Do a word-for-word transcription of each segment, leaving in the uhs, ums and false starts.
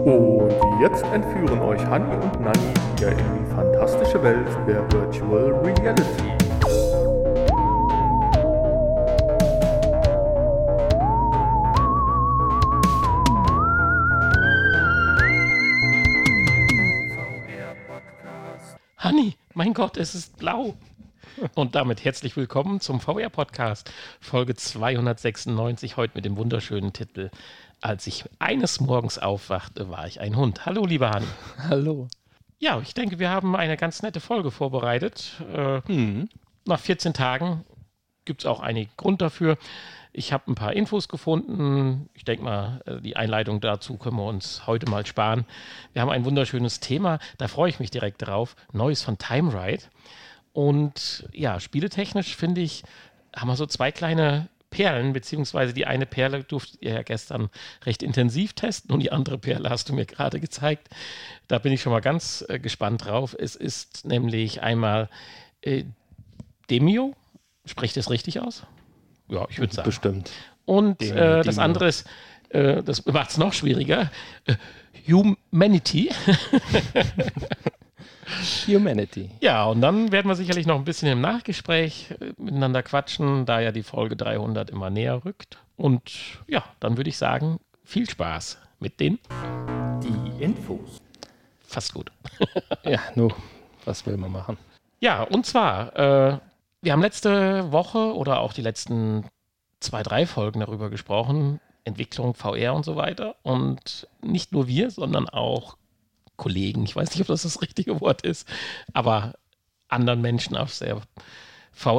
Und jetzt entführen euch Hanni und Nanni wieder in die fantastische Welt der Virtual Reality. Hanni, mein Gott, es ist blau. Und damit herzlich willkommen zum V R-Podcast, Folge zweihundertsechsundneunzig, heute mit dem wunderschönen Titel Als ich eines Morgens aufwachte, war ich ein Hund. Hallo, lieber Hanni. Hallo. Ja, ich denke, wir haben eine ganz nette Folge vorbereitet. Äh, hm. Nach vierzehn Tagen gibt es auch einen Grund dafür. Ich habe ein paar Infos gefunden. Ich denke mal, die Einleitung dazu können wir uns heute mal sparen. Wir haben ein wunderschönes Thema, da freue ich mich direkt drauf. Neues von Timeride. Und ja, spieletechnisch finde ich, haben wir so zwei kleine Perlen, beziehungsweise die eine Perle durftet ihr ja gestern recht intensiv testen und die andere Perle hast du mir gerade gezeigt. Da bin ich schon mal ganz äh, gespannt drauf. Es ist nämlich einmal äh, Demeo, spricht das richtig aus? Ja, ich würde sagen. Bestimmt. Und äh, das andere ist, äh, das macht es noch schwieriger, äh, Humanity. Humanity. Ja, und dann werden wir sicherlich noch ein bisschen im Nachgespräch äh, miteinander quatschen, da ja die Folge dreihundert immer näher rückt. Und ja, dann würde ich sagen, viel Spaß mit den Die Infos. Fast gut. Ja, nur, was will man machen? Ja, und zwar, äh, wir haben letzte Woche oder auch die letzten zwei, drei Folgen darüber gesprochen, Entwicklung, V R und so weiter. Und nicht nur wir, sondern auch Kollegen, ich weiß nicht, ob das das richtige Wort ist, aber anderen Menschen aus der V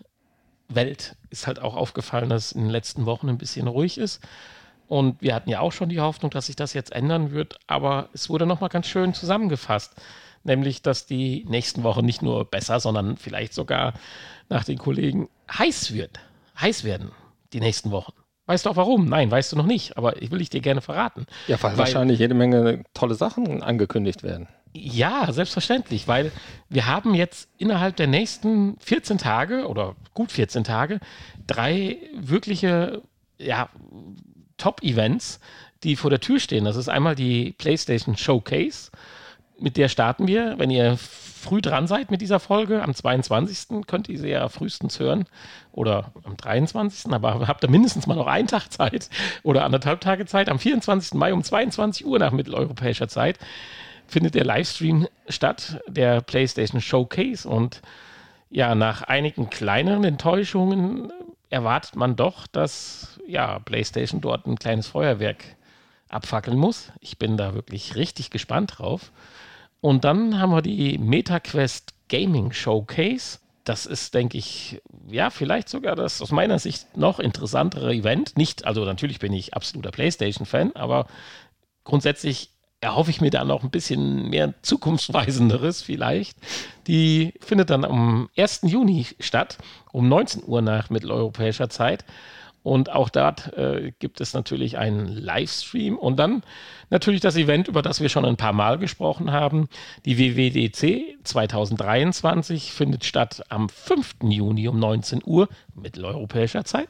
R-Welt ist halt auch aufgefallen, dass es in den letzten Wochen ein bisschen ruhig ist. Und wir hatten ja auch schon die Hoffnung, dass sich das jetzt ändern wird, aber es wurde nochmal ganz schön zusammengefasst. Nämlich, dass die nächsten Wochen nicht nur besser, sondern vielleicht sogar nach den Kollegen heiß wird. Heiß werden die nächsten Wochen. Weißt du auch warum? Nein, weißt du noch nicht, aber ich will ich dir gerne verraten. Ja, weil, weil wahrscheinlich jede Menge tolle Sachen angekündigt werden. Ja, selbstverständlich, weil wir haben jetzt innerhalb der nächsten vierzehn Tage oder gut vierzehn Tage drei wirkliche ja, Top-Events, die vor der Tür stehen. Das ist einmal die PlayStation Showcase. Mit der starten wir, wenn ihr früh dran seid mit dieser Folge. Am zweiundzwanzigsten könnt ihr sie ja frühestens hören oder am dreiundzwanzigsten Aber habt ihr mindestens mal noch einen Tag Zeit oder anderthalb Tage Zeit. Am vierundzwanzigsten Mai um zweiundzwanzig Uhr nach mitteleuropäischer Zeit findet der Livestream statt, der PlayStation Showcase. Und ja, nach einigen kleineren Enttäuschungen erwartet man doch, dass ja, PlayStation dort ein kleines Feuerwerk abfackeln muss. Ich bin da wirklich richtig gespannt drauf. Und dann haben wir die MetaQuest Gaming Showcase. Das ist, denke ich, ja, vielleicht sogar das aus meiner Sicht noch interessantere Event. Nicht, also natürlich bin ich absoluter PlayStation-Fan, aber grundsätzlich erhoffe ich mir da noch ein bisschen mehr Zukunftsweisenderes vielleicht. Die findet dann am ersten Juni statt, um neunzehn Uhr nach mitteleuropäischer Zeit. Und auch dort äh, gibt es natürlich einen Livestream und dann natürlich das Event, über das wir schon ein paar Mal gesprochen haben. Die W W D C zweitausenddreiundzwanzig findet statt am fünften Juni um neunzehn Uhr mitteleuropäischer Zeit.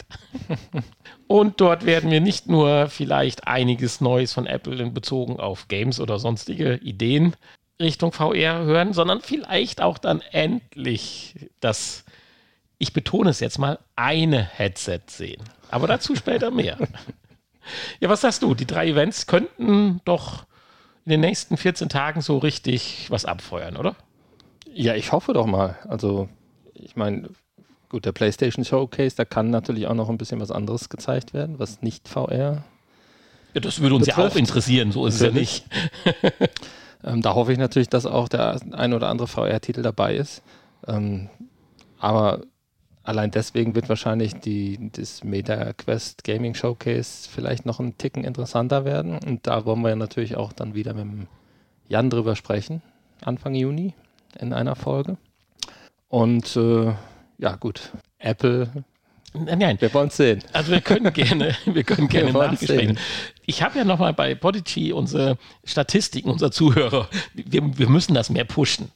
Und dort werden wir nicht nur vielleicht einiges Neues von Apple in bezogen auf Games oder sonstige Ideen Richtung V R hören, sondern vielleicht auch dann endlich das, ich betone es jetzt mal, eine Headset sehen. Aber dazu später mehr. Ja, was sagst du? Die drei Events könnten doch in den nächsten vierzehn Tagen so richtig was abfeuern, oder? Ja, ich hoffe doch mal. Also, ich meine, gut, der PlayStation Showcase, da kann natürlich auch noch ein bisschen was anderes gezeigt werden, was nicht V R Ja, das würde uns betrifft. Ja auch interessieren, so ist natürlich. Es ja nicht. ähm, da hoffe ich natürlich, dass auch der ein oder andere V R-Titel dabei ist. Ähm, aber allein deswegen wird wahrscheinlich die, das MetaQuest Gaming Showcase vielleicht noch einen Ticken interessanter werden. Und da wollen wir natürlich auch dann wieder mit dem Jan drüber sprechen, Anfang Juni in einer Folge. Und äh, ja gut, Apple, nein, wir wollen es sehen. Also wir können gerne, wir können gerne nachsprechen. Ich habe ja nochmal bei Podigy unsere Statistiken, unserer Zuhörer, wir, wir müssen das mehr pushen.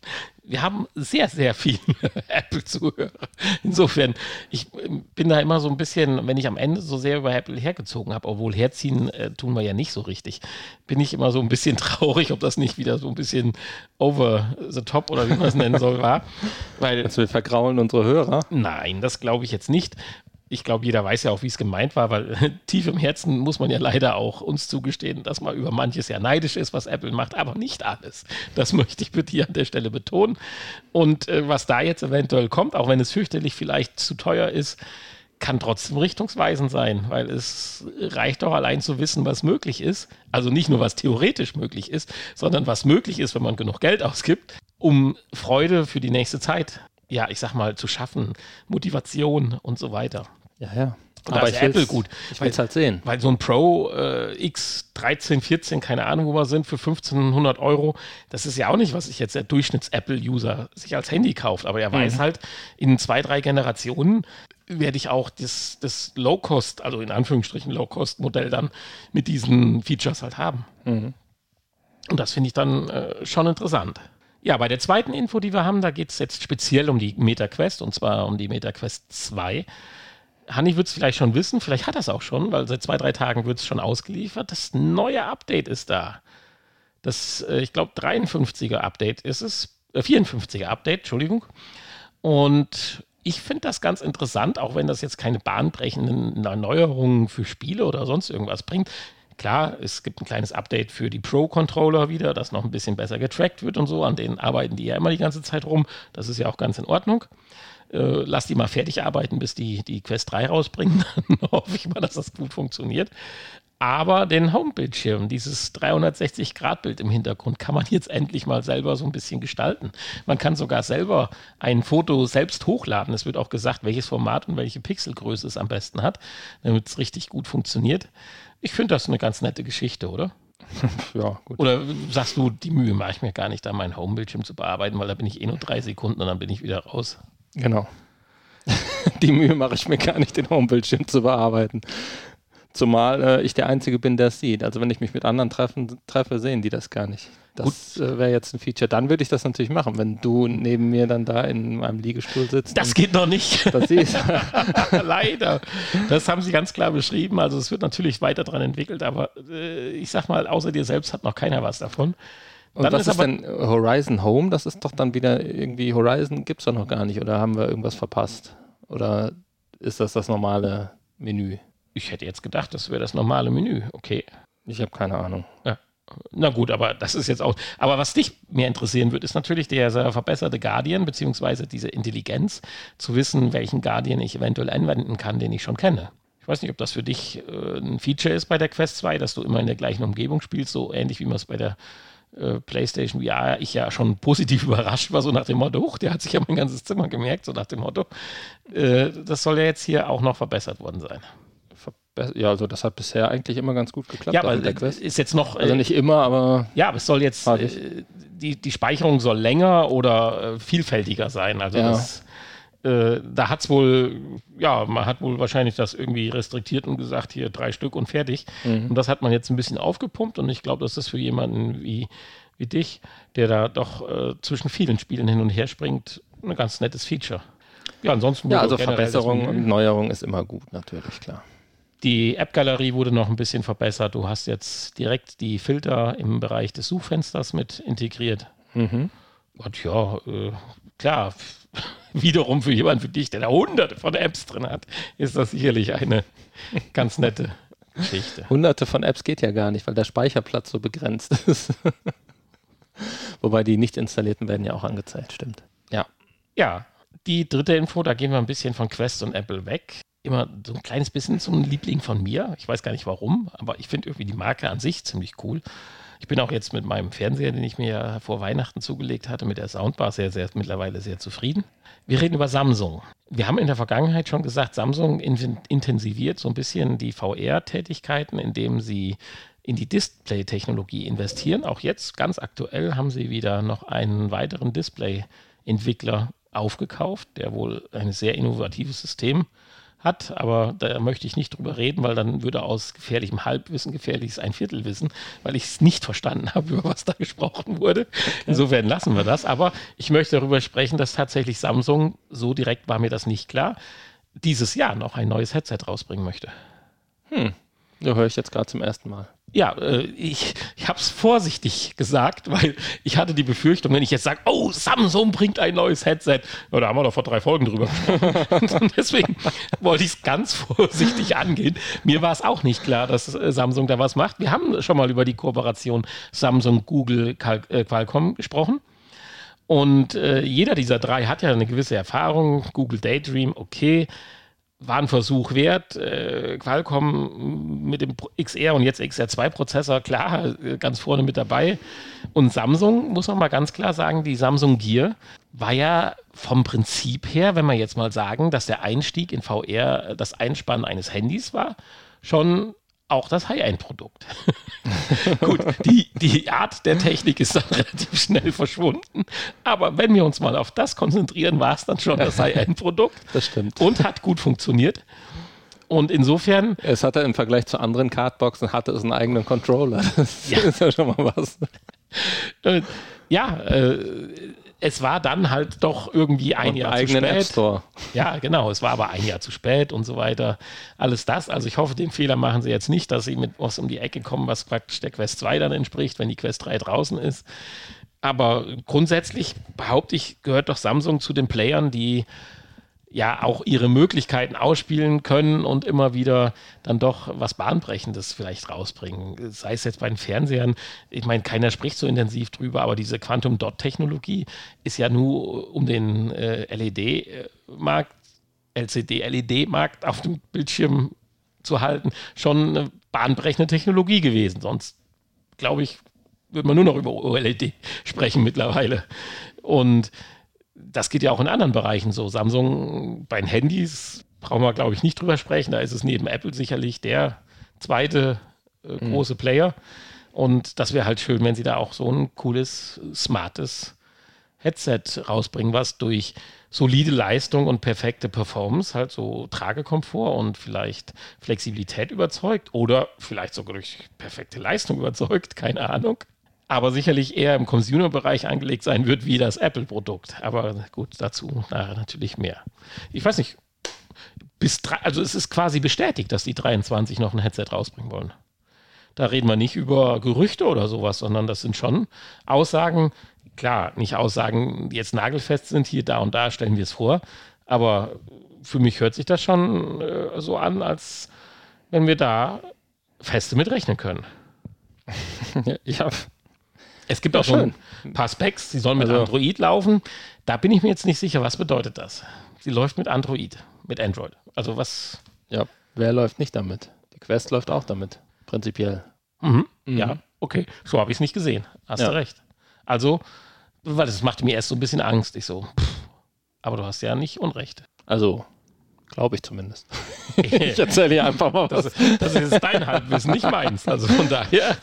wir haben sehr, sehr viele Apple-Zuhörer. Insofern, ich bin da immer so ein bisschen, wenn ich am Ende so sehr über Apple hergezogen habe, obwohl herziehen äh, tun wir ja nicht so richtig, bin ich immer so ein bisschen traurig, ob das nicht wieder so ein bisschen over the top oder wie man es nennen soll, war. Weil, also wir vergraulen unsere Hörer? Nein, das glaube ich jetzt nicht. Ich glaube, jeder weiß ja auch, wie es gemeint war, weil tief im Herzen muss man ja leider auch uns zugestehen, dass man über manches ja neidisch ist, was Apple macht, aber nicht alles. Das möchte ich bitte hier an der Stelle betonen. Und äh, was da jetzt eventuell kommt, auch wenn es fürchterlich vielleicht zu teuer ist, kann trotzdem richtungsweisend sein, weil es reicht doch allein zu wissen, was möglich ist. Also nicht nur, was theoretisch möglich ist, sondern was möglich ist, wenn man genug Geld ausgibt, um Freude für die nächste Zeit, ja, ich sag mal, zu schaffen, Motivation und so weiter. Ja, ja. Und aber da ich ist will's, Apple gut. Ich will es halt sehen. Weil so ein Pro äh, X dreizehn, vierzehn, keine Ahnung, wo wir sind, für fünfzehnhundert Euro, das ist ja auch nicht, was sich jetzt der Durchschnitts-Apple-User sich als Handy kauft. Aber er mhm. weiß halt, in zwei, drei Generationen werde ich auch das, das Low-Cost, also in Anführungsstrichen Low-Cost-Modell dann mit diesen Features halt haben. Mhm. Und das finde ich dann äh, schon interessant. Ja, bei der zweiten Info, die wir haben, da geht es jetzt speziell um die Meta Quest, und zwar um die Meta Quest zwei. Hanni wird es vielleicht schon wissen, vielleicht hat er es auch schon, weil seit zwei, drei Tagen wird es schon ausgeliefert. Das neue Update ist da. Das, äh, ich glaube, dreiundfünfziger Update ist es, äh, vierundfünfziger Update, Entschuldigung. Und ich finde das ganz interessant, auch wenn das jetzt keine bahnbrechenden Erneuerungen für Spiele oder sonst irgendwas bringt. Klar, es gibt ein kleines Update für die Pro-Controller wieder, das noch ein bisschen besser getrackt wird und so. An denen arbeiten die ja immer die ganze Zeit rum. Das ist ja auch ganz in Ordnung. Äh, lass die mal fertig arbeiten, bis die die Quest drei rausbringen. Dann hoffe ich mal, dass das gut funktioniert. Aber den Home-Bildschirm, dieses dreihundertsechzig Grad Bild im Hintergrund, kann man jetzt endlich mal selber so ein bisschen gestalten. Man kann sogar selber ein Foto selbst hochladen. Es wird auch gesagt, welches Format und welche Pixelgröße es am besten hat, damit es richtig gut funktioniert. Ich finde das eine ganz nette Geschichte, oder? Ja, gut. Oder sagst du, die Mühe mache ich mir gar nicht, da meinen Home-Bildschirm zu bearbeiten, weil da bin ich eh nur drei Sekunden und dann bin ich wieder raus. Genau. Die Mühe mache ich mir gar nicht, den Home-Bildschirm zu bearbeiten. Zumal äh, ich der Einzige bin, der es sieht. Also wenn ich mich mit anderen treffen, treffe, sehen die das gar nicht. Das äh, wäre jetzt ein Feature. Dann würde ich das natürlich machen, wenn du neben mir dann da in meinem Liegestuhl sitzt. Das geht noch nicht. Das siehst. Leider. Das haben sie ganz klar beschrieben. Also es wird natürlich weiter dran entwickelt, aber äh, ich sag mal, außer dir selbst hat noch keiner was davon. Und dann was ist, ist aber, denn Horizon Home? Das ist doch dann wieder irgendwie, Horizon gibt es doch noch gar nicht. Oder haben wir irgendwas verpasst? Oder ist das das normale Menü? Ich hätte jetzt gedacht, das wäre das normale Menü. Okay. Ich habe keine Ahnung. Ja. Na gut, aber das ist jetzt auch. Aber was dich mehr interessieren wird, ist natürlich der verbesserte Guardian, beziehungsweise diese Intelligenz, zu wissen, welchen Guardian ich eventuell anwenden kann, den ich schon kenne. Ich weiß nicht, ob das für dich äh, ein Feature ist bei der Quest zwei, dass du immer in der gleichen Umgebung spielst, so ähnlich wie man es bei der äh, PlayStation V R, ich ja schon positiv überrascht war, so nach dem Motto, huch, der hat sich ja mein ganzes Zimmer gemerkt, so nach dem Motto. Äh, das soll ja jetzt hier auch noch verbessert worden sein. Ja, also das hat bisher eigentlich immer ganz gut geklappt. Ja, aber der Quest ist jetzt noch... Also nicht immer, aber... Ja, aber es soll jetzt... Äh, die, die Speicherung soll länger oder äh, vielfältiger sein. Also ja. das, äh, da hat es wohl... Ja, man hat wohl wahrscheinlich das irgendwie restriktiert und gesagt, hier drei Stück und fertig. Mhm. Und das hat man jetzt ein bisschen aufgepumpt und ich glaube, das ist für jemanden wie, wie dich, der da doch äh, zwischen vielen Spielen hin und her springt, ein ganz nettes Feature. Ja, ansonsten... Ja, also Verbesserung und Neuerung ist immer gut, natürlich, klar. Die App-Galerie wurde noch ein bisschen verbessert. Du hast jetzt direkt die Filter im Bereich des Suchfensters mit integriert. Mhm. Und ja, äh, klar, wiederum für jemanden wie dich, der da hunderte von Apps drin hat, ist das sicherlich eine ganz nette Geschichte. Hunderte von Apps geht ja gar nicht, weil der Speicherplatz so begrenzt ist. Wobei die nicht installierten werden ja auch angezeigt, stimmt. Ja. Ja, die dritte Info, da gehen wir ein bisschen von Quest und Apple weg. Immer so ein kleines bisschen so ein Liebling von mir. Ich weiß gar nicht warum, aber ich finde irgendwie die Marke an sich ziemlich cool. Ich bin auch jetzt mit meinem Fernseher, den ich mir ja vor Weihnachten zugelegt hatte, mit der Soundbar sehr, sehr mittlerweile sehr zufrieden. Wir reden über Samsung. Wir haben in der Vergangenheit schon gesagt, Samsung in- intensiviert so ein bisschen die V R-Tätigkeiten, indem sie in die Display-Technologie investieren. Auch jetzt, ganz aktuell, haben sie wieder noch einen weiteren Display-Entwickler aufgekauft, der wohl ein sehr innovatives System hat, aber da möchte ich nicht drüber reden, weil dann würde aus gefährlichem Halbwissen gefährliches Einviertelwissen, weil ich es nicht verstanden habe, über was da gesprochen wurde. Insofern lassen wir das, aber ich möchte darüber sprechen, dass tatsächlich Samsung, so direkt war mir das nicht klar, dieses Jahr noch ein neues Headset rausbringen möchte. Hm, das höre ich jetzt gerade zum ersten Mal. Ja, äh, ich, ich habe es vorsichtig gesagt, weil ich hatte die Befürchtung, wenn ich jetzt sage, oh, Samsung bringt ein neues Headset, ja, da haben wir doch vor drei Folgen drüber gesprochen. Und deswegen wollte ich es ganz vorsichtig angehen. Mir war es auch nicht klar, dass äh, Samsung da was macht. Wir haben schon mal über die Kooperation Samsung, Google, Cal- äh, Qualcomm gesprochen. Und äh, jeder dieser drei hat ja eine gewisse Erfahrung. Google Daydream, okay, war ein Versuch wert. Äh, Qualcomm mit dem X R und jetzt X R zwei Prozessor, klar, ganz vorne mit dabei. Und Samsung, muss man mal ganz klar sagen, die Samsung Gear war ja vom Prinzip her, wenn wir jetzt mal sagen, dass der Einstieg in V R das Einspannen eines Handys war, schon auch das High-End-Produkt. Gut, die, die Art der Technik ist dann relativ schnell verschwunden, aber wenn wir uns mal auf das konzentrieren, war es dann schon das High-End-Produkt. Das stimmt. Und hat gut funktioniert. Und insofern... Es hatte im Vergleich zu anderen Cardboxen, hatte es einen eigenen Controller. Das Ja. ist ja schon mal was. Äh, ja, äh, es war dann halt doch irgendwie ein Und Jahr einen zu eigenen App spät. Store. Ja, genau. Es war aber ein Jahr zu spät und so weiter. Alles das. Also ich hoffe, den Fehler machen sie jetzt nicht, dass sie mit was um die Ecke kommen, was praktisch der Quest zwei dann entspricht, wenn die Quest drei draußen ist. Aber grundsätzlich behaupte ich, gehört doch Samsung zu den Playern, die ja auch ihre Möglichkeiten ausspielen können und immer wieder dann doch was Bahnbrechendes vielleicht rausbringen. Sei es jetzt bei den Fernsehern, ich meine, keiner spricht so intensiv drüber, aber diese Quantum-Dot-Technologie ist ja nur um den äh, L E D-Markt, L C D-L E D-Markt auf dem Bildschirm zu halten, schon eine bahnbrechende Technologie gewesen. Sonst, glaube ich, würde man nur noch über O L E D sprechen mittlerweile. Und das geht ja auch in anderen Bereichen so. Samsung bei den Handys brauchen wir, glaube ich, nicht drüber sprechen. Da ist es neben Apple sicherlich der zweite äh, große mhm. Player. Und das wäre halt schön, wenn sie da auch so ein cooles, smartes Headset rausbringen, was durch solide Leistung und perfekte Performance halt so Tragekomfort und vielleicht Flexibilität überzeugt oder vielleicht sogar durch perfekte Leistung überzeugt, keine Ahnung. Aber sicherlich eher im Consumer-Bereich angelegt sein wird wie das Apple-Produkt. Aber gut, dazu nachher natürlich mehr. Ich weiß nicht, bis drei, also es ist quasi bestätigt, dass die dreiundzwanzig noch ein Headset rausbringen wollen. Da reden wir nicht über Gerüchte oder sowas, sondern das sind schon Aussagen, klar, nicht Aussagen, die jetzt nagelfest sind, hier, da und da stellen wir es vor. Aber für mich hört sich das schon äh, so an, als wenn wir da feste mit rechnen können. Ja, ich habe... Es gibt auch schon ein paar Specs, die sollen mit also, Android laufen. Da bin ich mir jetzt nicht sicher, was bedeutet das? Sie läuft mit Android, mit Android. Also was? Ja, wer läuft nicht damit? Die Quest läuft auch damit, prinzipiell. Mhm. Mhm. Ja, okay. So habe ich es nicht gesehen. Hast ja. du recht. Also, weil das machte mir erst so ein bisschen Angst. Ich so, pff, aber du hast ja nicht Unrecht. Also, glaube ich zumindest. Ich erzähle dir einfach mal was. Das, das ist jetzt dein Halbwissen, nicht meins. Also von daher.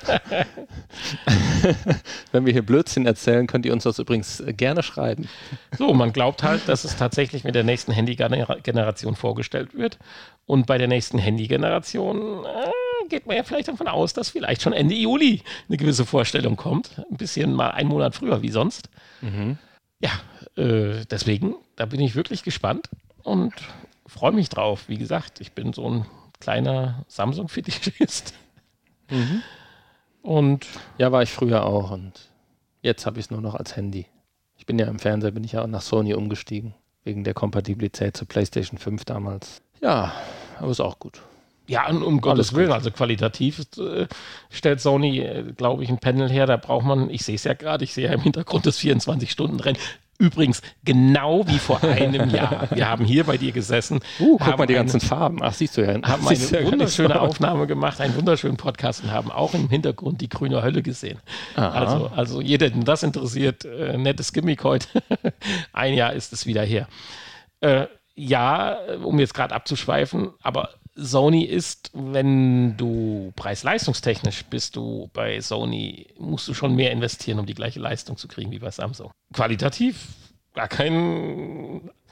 Wenn wir hier Blödsinn erzählen, könnt ihr uns das übrigens gerne schreiben. So, man glaubt halt, dass es tatsächlich mit der nächsten Handy-Generation vorgestellt wird. Und bei der nächsten Handy-Generation äh, geht man ja vielleicht davon aus, dass vielleicht schon Ende Juli eine gewisse Vorstellung kommt. Ein bisschen mal einen Monat früher wie sonst. Mhm. Ja, äh, deswegen, da bin ich wirklich gespannt. Und freue mich drauf. Wie gesagt, ich bin so ein kleiner Samsung-Fetischist. Mhm. Und ja, war ich früher auch. Und jetzt habe ich es nur noch als Handy. Ich bin ja im Fernseher, bin ich ja auch nach Sony umgestiegen. Wegen der Kompatibilität zur PlayStation fünf damals. Ja, aber ist auch gut. Ja, und um Gottes Willen, also qualitativ äh, stellt Sony, äh, glaube ich, ein Panel her. Da braucht man, ich sehe es ja gerade, ich sehe ja im Hintergrund das vierundzwanzig-Stunden-Rennen. Übrigens, genau wie vor einem Jahr. Wir haben hier bei dir gesessen. Uh, guck mal die eine, ganzen Farben. Ach, siehst du ja. Haben eine ja wunderschöne Aufnahme gemacht, einen wunderschönen Podcast und haben auch im Hintergrund die grüne Hölle gesehen. Also, also jeder, den das interessiert, äh, nettes Gimmick heute. Ein Jahr ist es wieder her. Äh, ja, um jetzt gerade abzuschweifen, aber Sony ist, wenn du preis-leistungstechnisch bist du bei Sony, musst du schon mehr investieren, um die gleiche Leistung zu kriegen wie bei Samsung. Qualitativ gar kein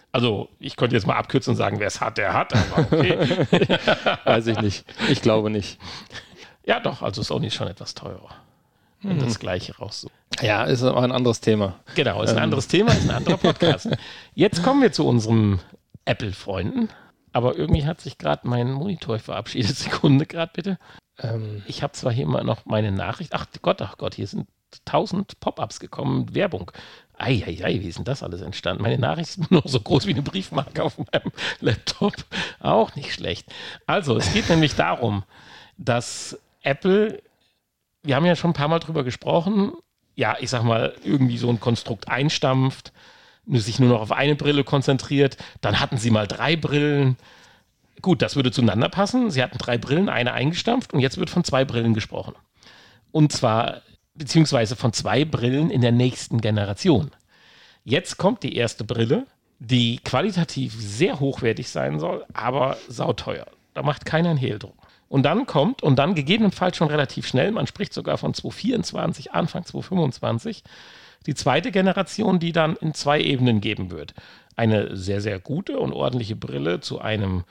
Also ich könnte jetzt mal abkürzen und sagen, wer es hat, der hat, aber okay. Weiß ich nicht. Ich glaube nicht. Ja doch, also Sony ist schon etwas teurer. Und mhm. das Gleiche raussuchen. Ja, ist aber ein anderes Thema. Genau, ist ein ähm. anderes Thema, ist ein anderer Podcast. Jetzt kommen wir zu unserem Apple-Freunden. Aber irgendwie hat sich gerade mein Monitor verabschiedet. Sekunde gerade bitte. Ähm. Ich habe zwar hier immer noch meine Nachricht. Ach Gott, ach Gott, hier sind tausend Pop-ups gekommen, Werbung. Eieiei, wie ist denn das alles entstanden? Meine Nachricht ist nur noch so groß wie eine Briefmarke auf meinem Laptop. Auch nicht schlecht. Also, es geht nämlich darum, dass Apple, wir haben ja schon ein paar Mal drüber gesprochen, ja, ich sag mal, irgendwie so ein Konstrukt einstampft, sich nur noch auf eine Brille konzentriert. Dann hatten sie mal drei Brillen. Gut, das würde zueinander passen. Sie hatten drei Brillen, eine eingestampft und jetzt wird von zwei Brillen gesprochen. Und zwar beziehungsweise von zwei Brillen in der nächsten Generation. Jetzt kommt die erste Brille, die qualitativ sehr hochwertig sein soll, aber sauteuer. Da macht keiner ein Hehl drum. Und dann kommt, und dann gegebenenfalls schon relativ schnell, man spricht sogar von zwanzig vierundzwanzig, Anfang zwanzig fünfundzwanzig, die zweite Generation, die dann in zwei Ebenen geben wird. Eine sehr, sehr gute und ordentliche Brille zu einem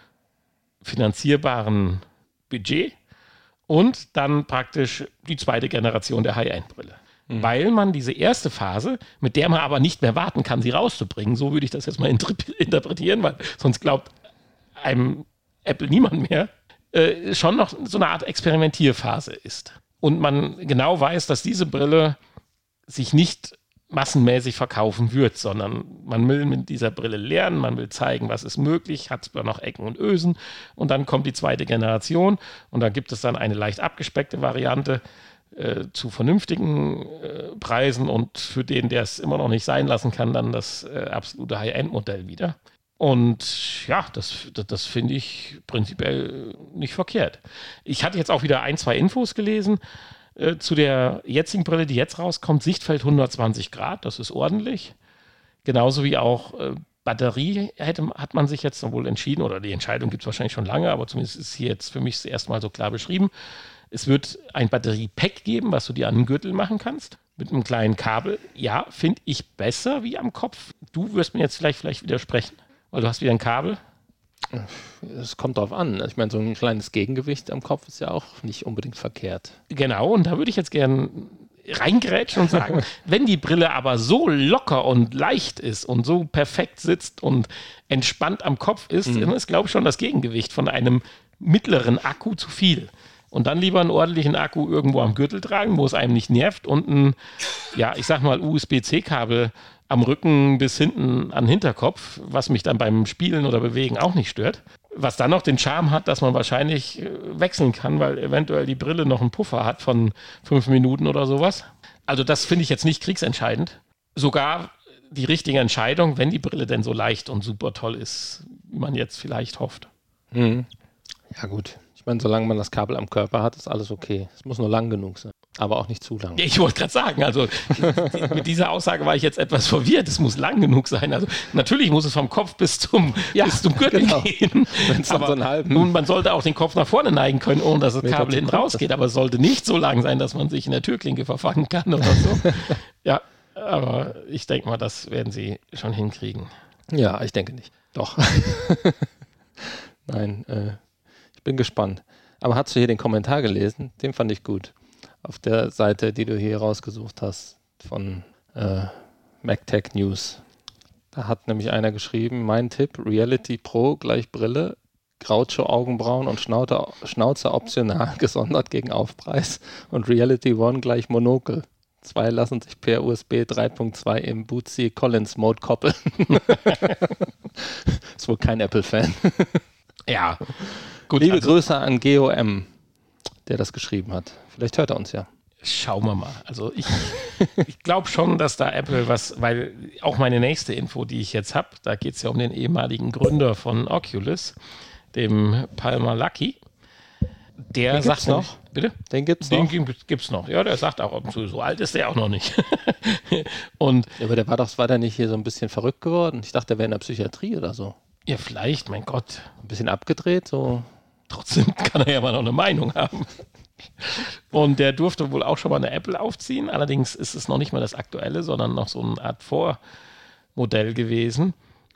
finanzierbaren Budget. Und dann praktisch die zweite Generation der High-End-Brille. Mhm. Weil man diese erste Phase, mit der man aber nicht mehr warten kann, sie rauszubringen, so würde ich das jetzt mal interpretieren, weil sonst glaubt einem Apple niemand mehr, äh, schon noch so eine Art Experimentierphase ist. Und man genau weiß, dass diese Brille sich nicht massenmäßig verkaufen wird, sondern man will mit dieser Brille lernen, man will zeigen, was ist möglich, hat zwar noch Ecken und Ösen und dann kommt die zweite Generation und dann gibt es dann eine leicht abgespeckte Variante äh, zu vernünftigen äh, Preisen und für den, der es immer noch nicht sein lassen kann, dann das äh, absolute High-End-Modell wieder. Und ja, das, das, das finde ich prinzipiell nicht verkehrt. Ich hatte jetzt auch wieder ein, zwei Infos gelesen, zu der jetzigen Brille, die jetzt rauskommt, Sichtfeld hundertzwanzig Grad, das ist ordentlich. Genauso wie auch äh, Batterie hätte, hat man sich jetzt wohl entschieden, oder die Entscheidung gibt es wahrscheinlich schon lange, aber zumindest ist hier jetzt für mich das erste Mal so klar beschrieben. Es wird ein Batterie-Pack geben, was du dir an den Gürtel machen kannst, mit einem kleinen Kabel. Ja, finde ich besser wie am Kopf. Du wirst mir jetzt vielleicht, vielleicht widersprechen, weil du hast wieder ein Kabel. Es kommt drauf an. Ich meine, so ein kleines Gegengewicht am Kopf ist ja auch nicht unbedingt verkehrt. Genau, und da würde ich jetzt gerne reingrätschen und sagen, wenn die Brille aber so locker und leicht ist und so perfekt sitzt und entspannt am Kopf ist, mhm. dann ist, glaube ich, schon das Gegengewicht von einem mittleren Akku zu viel. Und dann lieber einen ordentlichen Akku irgendwo am Gürtel tragen, wo es einem nicht nervt und ein, ja, ich sag mal, U S B C Kabel am Rücken bis hinten an den Hinterkopf, was mich dann beim Spielen oder Bewegen auch nicht stört. Was dann noch den Charme hat, dass man wahrscheinlich wechseln kann, weil eventuell die Brille noch einen Puffer hat von fünf Minuten oder sowas. Also das finde ich jetzt nicht kriegsentscheidend. Sogar die richtige Entscheidung, wenn die Brille denn so leicht und super toll ist, wie man jetzt vielleicht hofft. Mhm. Ja gut, ich meine, solange man das Kabel am Körper hat, ist alles okay. Es muss nur lang genug sein. Aber auch nicht zu lang. Ich wollte gerade sagen, also mit dieser Aussage war ich jetzt etwas verwirrt. Es muss lang genug sein. Also natürlich muss es vom Kopf bis zum, ja, bis zum Gürtel genau. gehen. Aber so einen halben nun, man sollte auch den Kopf nach vorne neigen können, ohne dass das Meter Kabel hinten rausgeht. Aber es sollte nicht so lang sein, dass man sich in der Türklinke verfangen kann oder so. Ja, aber ich denke mal, das werden sie schon hinkriegen. Ja, ich denke nicht. Doch. Nein, äh, ich bin gespannt. Aber hast du hier den Kommentar gelesen? Den fand ich gut. Auf der Seite, die du hier rausgesucht hast von äh, MacTech News. Da hat nämlich einer geschrieben, mein Tipp, Reality Pro gleich Brille, Groucho Augenbrauen und Schnauze, Schnauze optional gesondert gegen Aufpreis und Reality One gleich Monokel. Zwei lassen sich per U S B drei Punkt zwei im Bootsy Collins Mode koppeln. Ist wohl kein Apple-Fan. Ja. Gut, Liebe also, Grüße an G O M, der das geschrieben hat. Vielleicht hört er uns ja. Schauen wir mal. Also ich, ich glaube schon, dass da Apple was, weil auch meine nächste Info, die ich jetzt habe, da geht es ja um den ehemaligen Gründer von Oculus, dem Palmer Luckey. Der Den sagt gibt's noch. Bitte? Den gibt's Den noch. Den gibt's noch. Ja, der sagt auch, so alt ist der auch noch nicht. Und ja, aber der war doch, war der nicht hier so ein bisschen verrückt geworden? Ich dachte, der wäre in der Psychiatrie oder so. Ja, vielleicht, mein Gott. Ein bisschen abgedreht, so. Trotzdem kann er ja mal noch eine Meinung haben. Und der durfte wohl auch schon mal eine Apple aufziehen. Allerdings ist es noch nicht mal das aktuelle, sondern noch so eine Art Vormodell gewesen.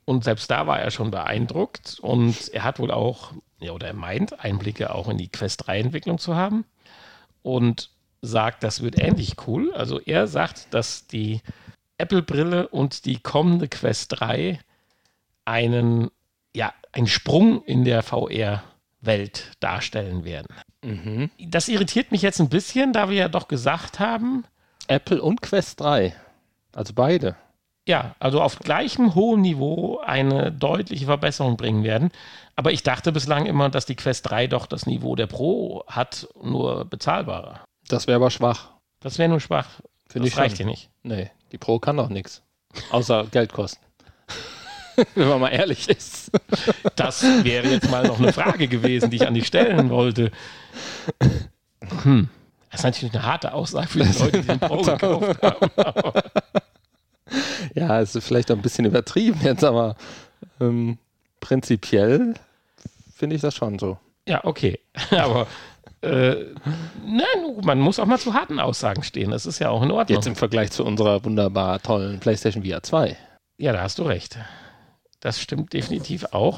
Und selbst da war er schon beeindruckt. Und er hat wohl auch, ja, oder er meint, Einblicke auch in die Quest drei Entwicklung zu haben. Und sagt, das wird ähnlich cool. Also er sagt, dass die Apple-Brille und die kommende Quest drei einen, ja, einen Sprung in der V R-Welt darstellen werden. Mhm. Das irritiert mich jetzt ein bisschen, da wir ja doch gesagt haben, Apple und Quest drei, also beide. ja, also auf gleichem hohem Niveau eine deutliche Verbesserung bringen werden. Aber ich dachte bislang immer, dass die Quest drei doch das Niveau der Pro hat, nur bezahlbarer. Das wäre aber schwach. Das wäre nur schwach. Finde Das ich reicht schon. dir nicht. Nee, die Pro kann doch nichts. Außer Geld kosten. Wenn man mal ehrlich ist. Das wäre jetzt mal noch eine Frage gewesen, die ich an dich stellen wollte. Hm. Das ist natürlich eine harte Aussage für die Leute, die den Pro gekauft haben. Aber Ja, es ist vielleicht auch ein bisschen übertrieben jetzt, aber ähm, prinzipiell finde ich das schon so. ja, okay. Aber äh, nein, man muss auch mal zu harten Aussagen stehen. Das ist ja auch in Ordnung. Jetzt im Vergleich zu unserer wunderbar tollen PlayStation V R zwei. Ja, da hast du recht. Das stimmt definitiv auch.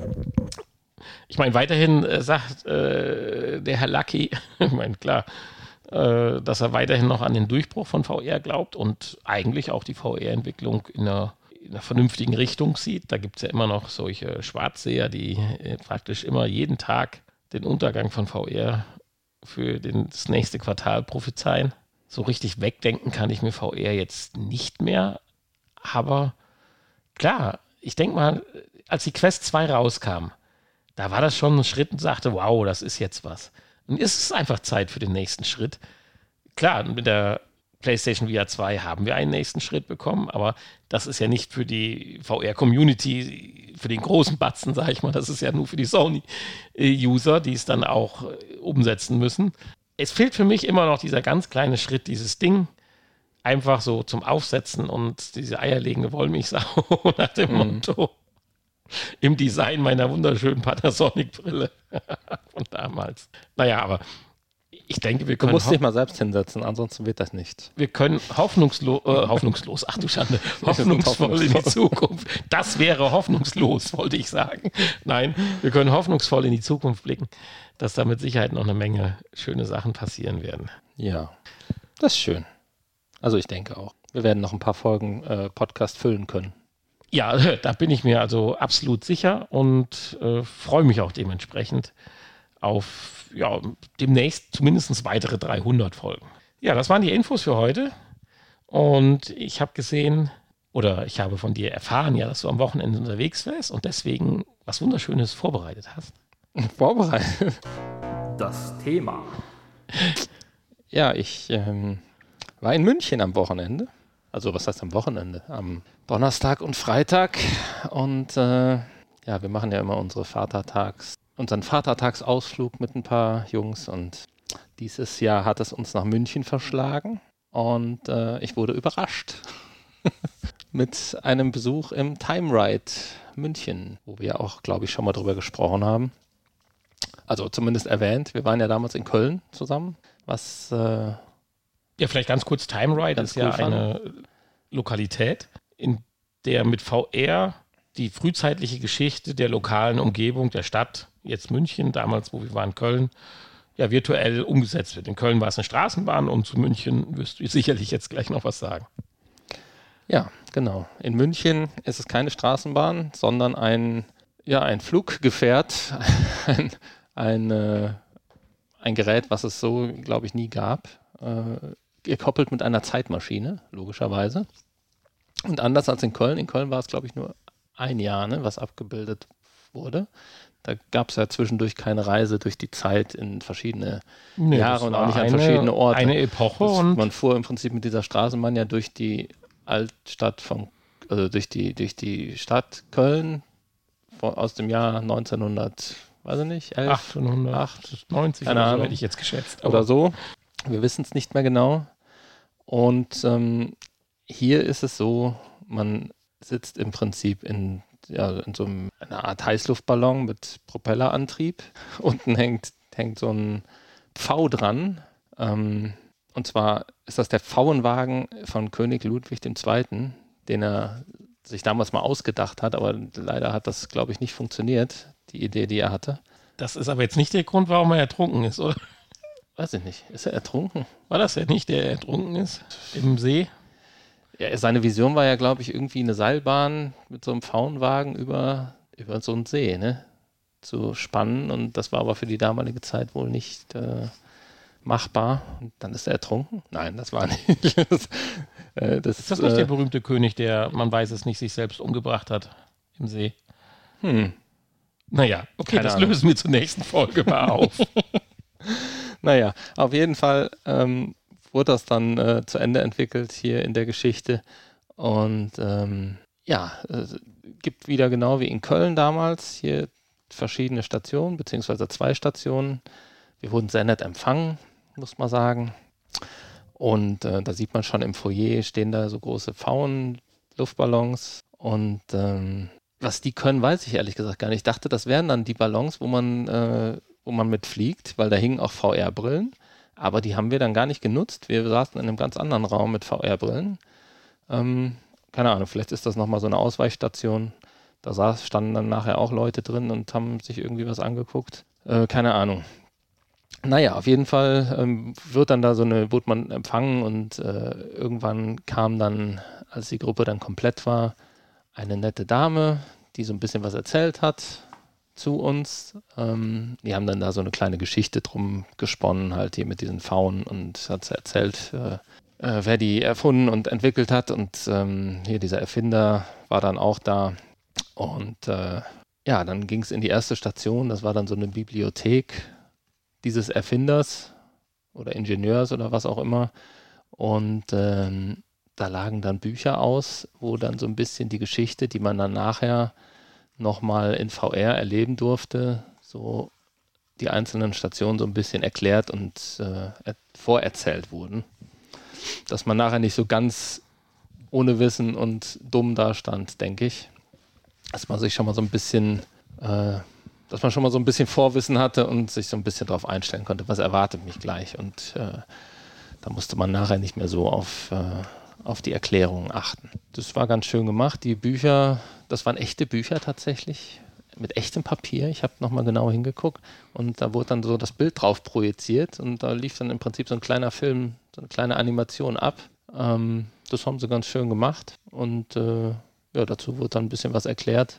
Ich meine, weiterhin äh, sagt äh, der Herr Lucky, ich meine, klar, äh, dass er weiterhin noch an den Durchbruch von V R glaubt und eigentlich auch die V R-Entwicklung in einer, in einer vernünftigen Richtung sieht. Da gibt es ja immer noch solche Schwarzseher, die äh, praktisch immer jeden Tag den Untergang von V R für den, das nächste Quartal prophezeien. So richtig wegdenken kann ich mir V R jetzt nicht mehr, aber klar, ich denke mal, als die Quest zwei rauskam, da war das schon ein Schritt und sagte, wow, das ist jetzt was. Und ist es einfach Zeit für den nächsten Schritt. Klar, mit der PlayStation V R zwei haben wir einen nächsten Schritt bekommen, aber das ist ja nicht für die V R-Community, für den großen Batzen, sage ich mal, das ist ja nur für die Sony-User, die es dann auch umsetzen müssen. Es fehlt für mich immer noch dieser ganz kleine Schritt, dieses Ding einfach so zum Aufsetzen und diese eierlegende Wollmilchsau nach dem Mhm. Motto im Design meiner wunderschönen Panasonic-Brille von damals. Naja, aber ich denke, wir Du können, musst ho- dich mal selbst hinsetzen, ansonsten wird das nicht. wir können hoffnungslos, äh, hoffnungslos, ach du Schande, hoffnungsvoll in die Zukunft. Das wäre hoffnungslos, wollte ich sagen. Nein, wir können hoffnungsvoll in die Zukunft blicken, dass da mit Sicherheit noch eine Menge schöne Sachen passieren werden. Ja, das ist schön. Also ich denke auch. Wir werden noch ein paar Folgen äh, Podcast füllen können. Ja, da bin ich mir also absolut sicher und äh, freue mich auch dementsprechend auf ja, demnächst zumindest weitere dreihundert Folgen. Ja, das waren die Infos für heute und ich habe gesehen oder ich habe von dir erfahren, ja, dass du am Wochenende unterwegs wärst und deswegen was Wunderschönes vorbereitet hast. Vorbereitet. Das Thema. Ja, ich ähm, war in München am Wochenende. Also was heißt am Wochenende? Am Donnerstag und Freitag. Und äh, ja, wir machen ja immer unsere Vatertags, unseren Vatertagsausflug mit ein paar Jungs. Und dieses Jahr hat es uns nach München verschlagen. Und äh, ich wurde überrascht mit einem Besuch im Time Ride München, wo wir auch, glaube ich, schon mal drüber gesprochen haben. Also zumindest erwähnt. Wir waren ja damals in Köln zusammen, was äh, Ja, vielleicht ganz kurz, Time Ride Ganz ist ja cool fand. eine Lokalität, in der mit V R die frühzeitliche Geschichte der lokalen Umgebung, der Stadt, jetzt München, damals, wo wir waren, Köln, ja, virtuell umgesetzt wird. In Köln war es eine Straßenbahn und zu München wirst du sicherlich jetzt gleich noch was sagen. Ja, genau. In München ist es keine Straßenbahn, sondern ein, ja, ein Fluggefährt, ein, ein, äh, ein Gerät, was es so, glaube ich, nie gab, äh, gekoppelt mit einer Zeitmaschine, logischerweise. Und anders als in Köln, in Köln war es, glaube ich, nur ein Jahr, ne, was abgebildet wurde. Da gab es ja zwischendurch keine Reise durch die Zeit in verschiedene Nee, Jahre das und auch war nicht an eine- verschiedene Orte. Eine Epoche Das, und man fuhr im Prinzip mit dieser Straßenbahn ja durch die Altstadt von, also durch die, durch die Stadt Köln von, aus dem Jahr neunzehnhundert, weiß ich nicht, elf achtzehnhundertneunzig keine oder so Ahnung. hätte ich jetzt geschätzt. oder so. Wir wissen es nicht mehr genau. Und ähm, hier ist es so, man sitzt im Prinzip in, ja, in so einem, einer Art Heißluftballon mit Propellerantrieb. Unten hängt, hängt so ein Pfau dran. Ähm, und zwar ist das der Pfauenwagen von König Ludwig der Zweite., den er sich damals mal ausgedacht hat, aber leider hat das, glaube ich, nicht funktioniert, die Idee, die er hatte. Das ist aber jetzt nicht der Grund, warum er ertrunken ist, oder? Weiß ich nicht. Ist er ertrunken? War das ja nicht, der ertrunken ist im See? Ja, seine Vision war ja, glaube ich, irgendwie eine Seilbahn mit so einem Pfauenwagen über, über so einen See, ne? Zu spannen. Und das war aber für die damalige Zeit wohl nicht äh, machbar. Und dann ist er ertrunken? Nein, das war nicht. das, äh, das, ist das nicht äh, der berühmte König, der, man weiß es nicht, sich selbst umgebracht hat im See? Hm. Naja, okay, Keine das Ahnung. lösen wir zur nächsten Folge mal auf. Naja, auf jeden Fall ähm, wurde das dann äh, zu Ende entwickelt hier in der Geschichte. Und ähm, ja, es gibt wieder genau wie in Köln damals hier verschiedene Stationen, beziehungsweise zwei Stationen. Wir wurden sehr nett empfangen, muss man sagen. Und äh, da sieht man schon im Foyer stehen da so große Pfauen, Luftballons. Und ähm, was die können, weiß ich ehrlich gesagt gar nicht. Ich dachte, das wären dann die Ballons, wo man, äh, wo man mit fliegt, weil da hingen auch V R-Brillen. Aber die haben wir dann gar nicht genutzt. Wir saßen in einem ganz anderen Raum mit V R-Brillen. Ähm, keine Ahnung, vielleicht ist das nochmal so eine Ausweichstation. Da saß, standen dann nachher auch Leute drin und haben sich irgendwie was angeguckt. Äh, keine Ahnung. Naja, auf jeden Fall ähm, wird dann da so eine, wurde man empfangen und äh, irgendwann kam dann, als die Gruppe dann komplett war, eine nette Dame, die so ein bisschen was erzählt hat zu uns. Ähm, die haben dann da so eine kleine Geschichte drum gesponnen, halt hier mit diesen Pfauen und hat erzählt, äh, äh, wer die erfunden und entwickelt hat. Und ähm, hier dieser Erfinder war dann auch da. Und äh, ja, dann ging es in die erste Station, das war dann so eine Bibliothek dieses Erfinders oder Ingenieurs oder was auch immer. Und ähm, da lagen dann Bücher aus, wo dann so ein bisschen die Geschichte, die man dann nachher nochmal in V R erleben durfte, so die einzelnen Stationen so ein bisschen erklärt und äh, vorerzählt wurden. Dass man nachher nicht so ganz ohne Wissen und dumm dastand, denke ich. Dass man sich schon mal so ein bisschen, äh, dass man schon mal so ein bisschen Vorwissen hatte und sich so ein bisschen darauf einstellen konnte, was erwartet mich gleich. Und äh, da musste man nachher nicht mehr so auf, äh, auf die Erklärungen achten. Das war ganz schön gemacht. Die Bücher, das waren echte Bücher tatsächlich, mit echtem Papier. Ich habe nochmal genau hingeguckt und da wurde dann so das Bild drauf projiziert und da lief dann im Prinzip so ein kleiner Film, so eine kleine Animation ab. Ähm, das haben sie ganz schön gemacht und äh, ja, dazu wurde dann ein bisschen was erklärt.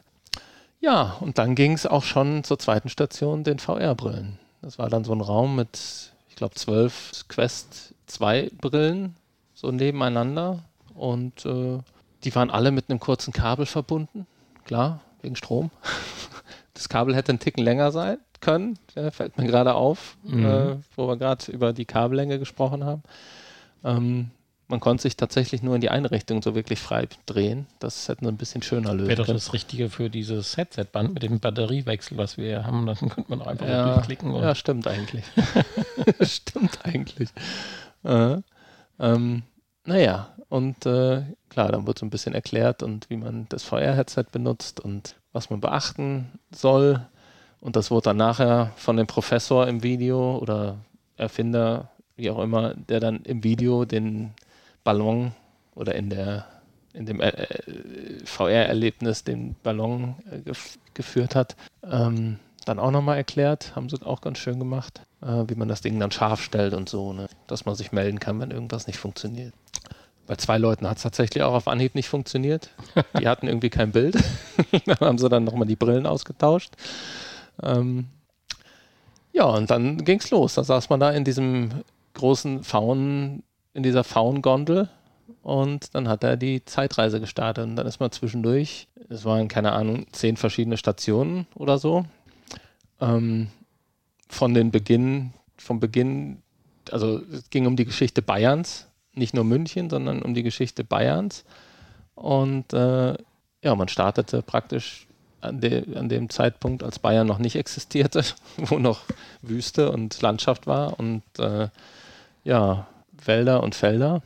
Ja, und dann ging es auch schon zur zweiten Station, den V R-Brillen. Das war dann so ein Raum mit, ich glaube, zwölf Quest zwei Brillen so nebeneinander und äh, die waren alle mit einem kurzen Kabel verbunden, klar, wegen Strom. Das Kabel hätte einen Ticken länger sein können, ja, fällt mir gerade auf, mhm. äh, wo wir gerade über die Kabellänge gesprochen haben. Ähm, man konnte sich tatsächlich nur in die eine Richtung so wirklich frei drehen. Das hätte nur ein bisschen schöner lösen Wäre doch können. das Richtige für dieses Headset-Band mit dem Batteriewechsel, was wir haben. Dann könnte man auch einfach ja, so durchklicken. Und ja, stimmt eigentlich. stimmt eigentlich. Äh, ähm, naja, und äh, klar, dann wird so ein bisschen erklärt und wie man das V R-Headset benutzt und was man beachten soll. Und das wurde dann nachher von dem Professor im Video oder Erfinder, wie auch immer, der dann im Video den Ballon oder in der in dem äh, V R-Erlebnis den Ballon äh, gef- geführt hat, ähm, dann auch nochmal erklärt, haben sie auch ganz schön gemacht, äh, wie man das Ding dann scharf stellt und so, ne? Dass man sich melden kann, wenn irgendwas nicht funktioniert. Bei zwei Leuten hat es tatsächlich auch auf Anhieb nicht funktioniert. Die hatten irgendwie kein Bild. Da haben sie dann nochmal die Brillen ausgetauscht. Ähm, ja, und dann ging es los. Da saß man da in diesem großen Faun, in dieser Faungondel und dann hat er die Zeitreise gestartet und dann ist man zwischendurch, es waren, keine Ahnung, zehn verschiedene Stationen oder so, ähm, von den Beginn, vom Beginn, also es ging um die Geschichte Bayerns, nicht nur München, sondern um die Geschichte Bayerns und äh, ja, man startete praktisch an, de, an dem Zeitpunkt, als Bayern noch nicht existierte, wo noch Wüste und Landschaft war und äh, ja, Wälder und Felder,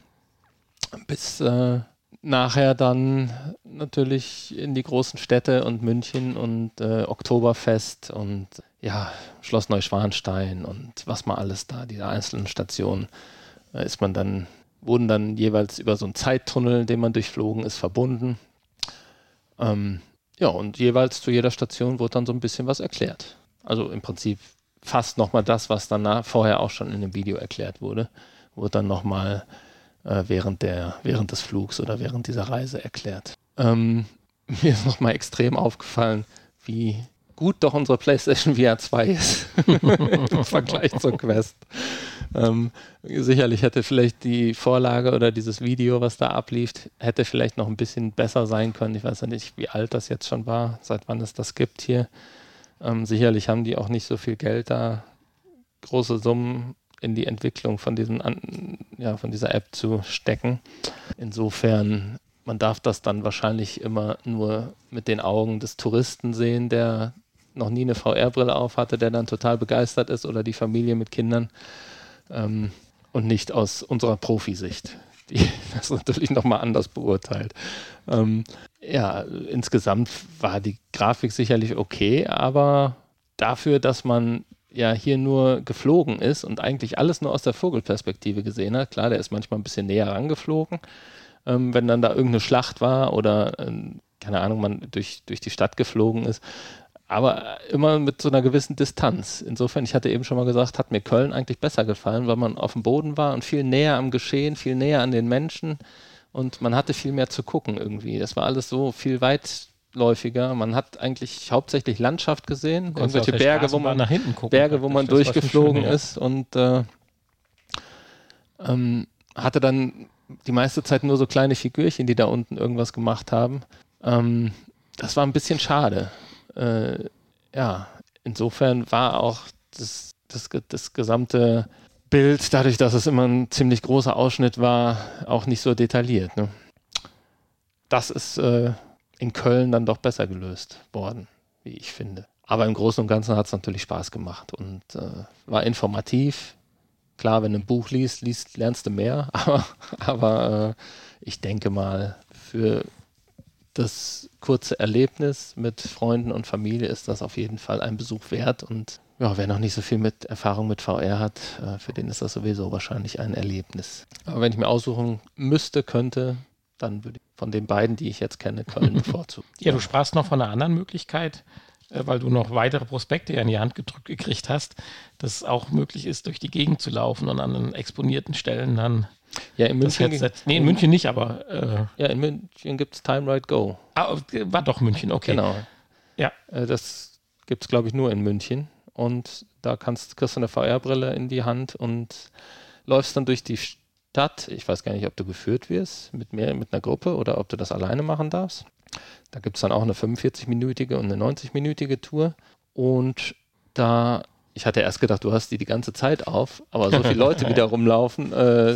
bis äh, nachher dann natürlich in die großen Städte und München und äh, Oktoberfest und ja, Schloss Neuschwanstein und was man alles da, diese einzelnen Stationen, äh, ist man dann, wurden dann jeweils über so einen Zeittunnel, den man durchflogen ist, verbunden. Ähm, ja, und jeweils zu jeder Station wurde dann so ein bisschen was erklärt. Also im Prinzip fast nochmal das, was danach vorher auch schon in dem Video erklärt wurde, wurde dann nochmal äh, während, der, während des Flugs oder während dieser Reise erklärt. Ähm, mir ist nochmal extrem aufgefallen, wie gut doch unsere PlayStation V R zwei ist im Vergleich zur Quest. Ähm, sicherlich hätte vielleicht die Vorlage oder dieses Video, was da ablief, hätte vielleicht noch ein bisschen besser sein können. Ich weiß ja nicht, wie alt das jetzt schon war, seit wann es das gibt hier. Ähm, sicherlich haben die auch nicht so viel Geld da, große Summen in die Entwicklung von diesem, ja, von dieser App zu stecken. Insofern, man darf das dann wahrscheinlich immer nur mit den Augen des Touristen sehen, der noch nie eine V R-Brille auf hatte, der dann total begeistert ist, oder die Familie mit Kindern, ähm, und nicht aus unserer Profisicht, die das natürlich nochmal anders beurteilt. Ähm, ja, insgesamt war die Grafik sicherlich okay, aber dafür, dass man ja hier nur geflogen ist und eigentlich alles nur aus der Vogelperspektive gesehen hat, klar, der ist manchmal ein bisschen näher rangeflogen, ähm, wenn dann da irgendeine Schlacht war oder, äh, keine Ahnung, man durch, durch die Stadt geflogen ist, aber immer mit so einer gewissen Distanz. Insofern, ich hatte eben schon mal gesagt, hat mir Köln eigentlich besser gefallen, weil man auf dem Boden war und viel näher am Geschehen, viel näher an den Menschen und man hatte viel mehr zu gucken irgendwie. Das war alles so viel weitläufiger. Man hat eigentlich hauptsächlich Landschaft gesehen, irgendwelche Berge, wo man, nach hinten gucken, Berge, wo man durchgeflogen schön, ja. ist und äh, ähm, hatte dann die meiste Zeit nur so kleine Figürchen, die da unten irgendwas gemacht haben. Ähm, das war ein bisschen schade. Äh, ja, insofern war auch das, das, das gesamte Bild, dadurch, dass es immer ein ziemlich großer Ausschnitt war, auch nicht so detailliert. Ne? Das ist äh, in Köln dann doch besser gelöst worden, wie ich finde. Aber im Großen und Ganzen hat es natürlich Spaß gemacht und äh, war informativ. Klar, wenn du ein Buch liest, liest lernst du mehr, aber, aber äh, ich denke mal, für das kurze Erlebnis mit Freunden und Familie ist das auf jeden Fall ein Besuch wert. Und ja, wer noch nicht so viel mit Erfahrung mit V R hat, äh, für den ist das sowieso wahrscheinlich ein Erlebnis. Aber wenn ich mir aussuchen müsste, könnte, dann würde ich von den beiden, die ich jetzt kenne, Köln bevorzugen. Ja, du sprachst noch von einer anderen Möglichkeit, äh, weil du noch weitere Prospekte in die Hand gedrückt gekriegt hast, dass es auch möglich ist, durch die Gegend zu laufen und an den exponierten Stellen dann. Ja, in München. Nee, in München nicht, aber. Äh, ja, in München gibt es Time Ride Go. Ah, war doch München, okay. Genau. Ja. Äh, das gibt es, glaube ich, nur in München. Und da kannst, kriegst du eine V R-Brille in die Hand und läufst dann durch die Stadt. Ich weiß gar nicht, ob du geführt wirst mit, mehr, mit einer Gruppe oder ob du das alleine machen darfst. Da gibt es dann auch eine fünfundvierzig-minütige und eine neunzig-minütige Tour. Und da, ich hatte erst gedacht, du hast die die ganze Zeit auf, aber so viele Leute wieder rumlaufen, äh,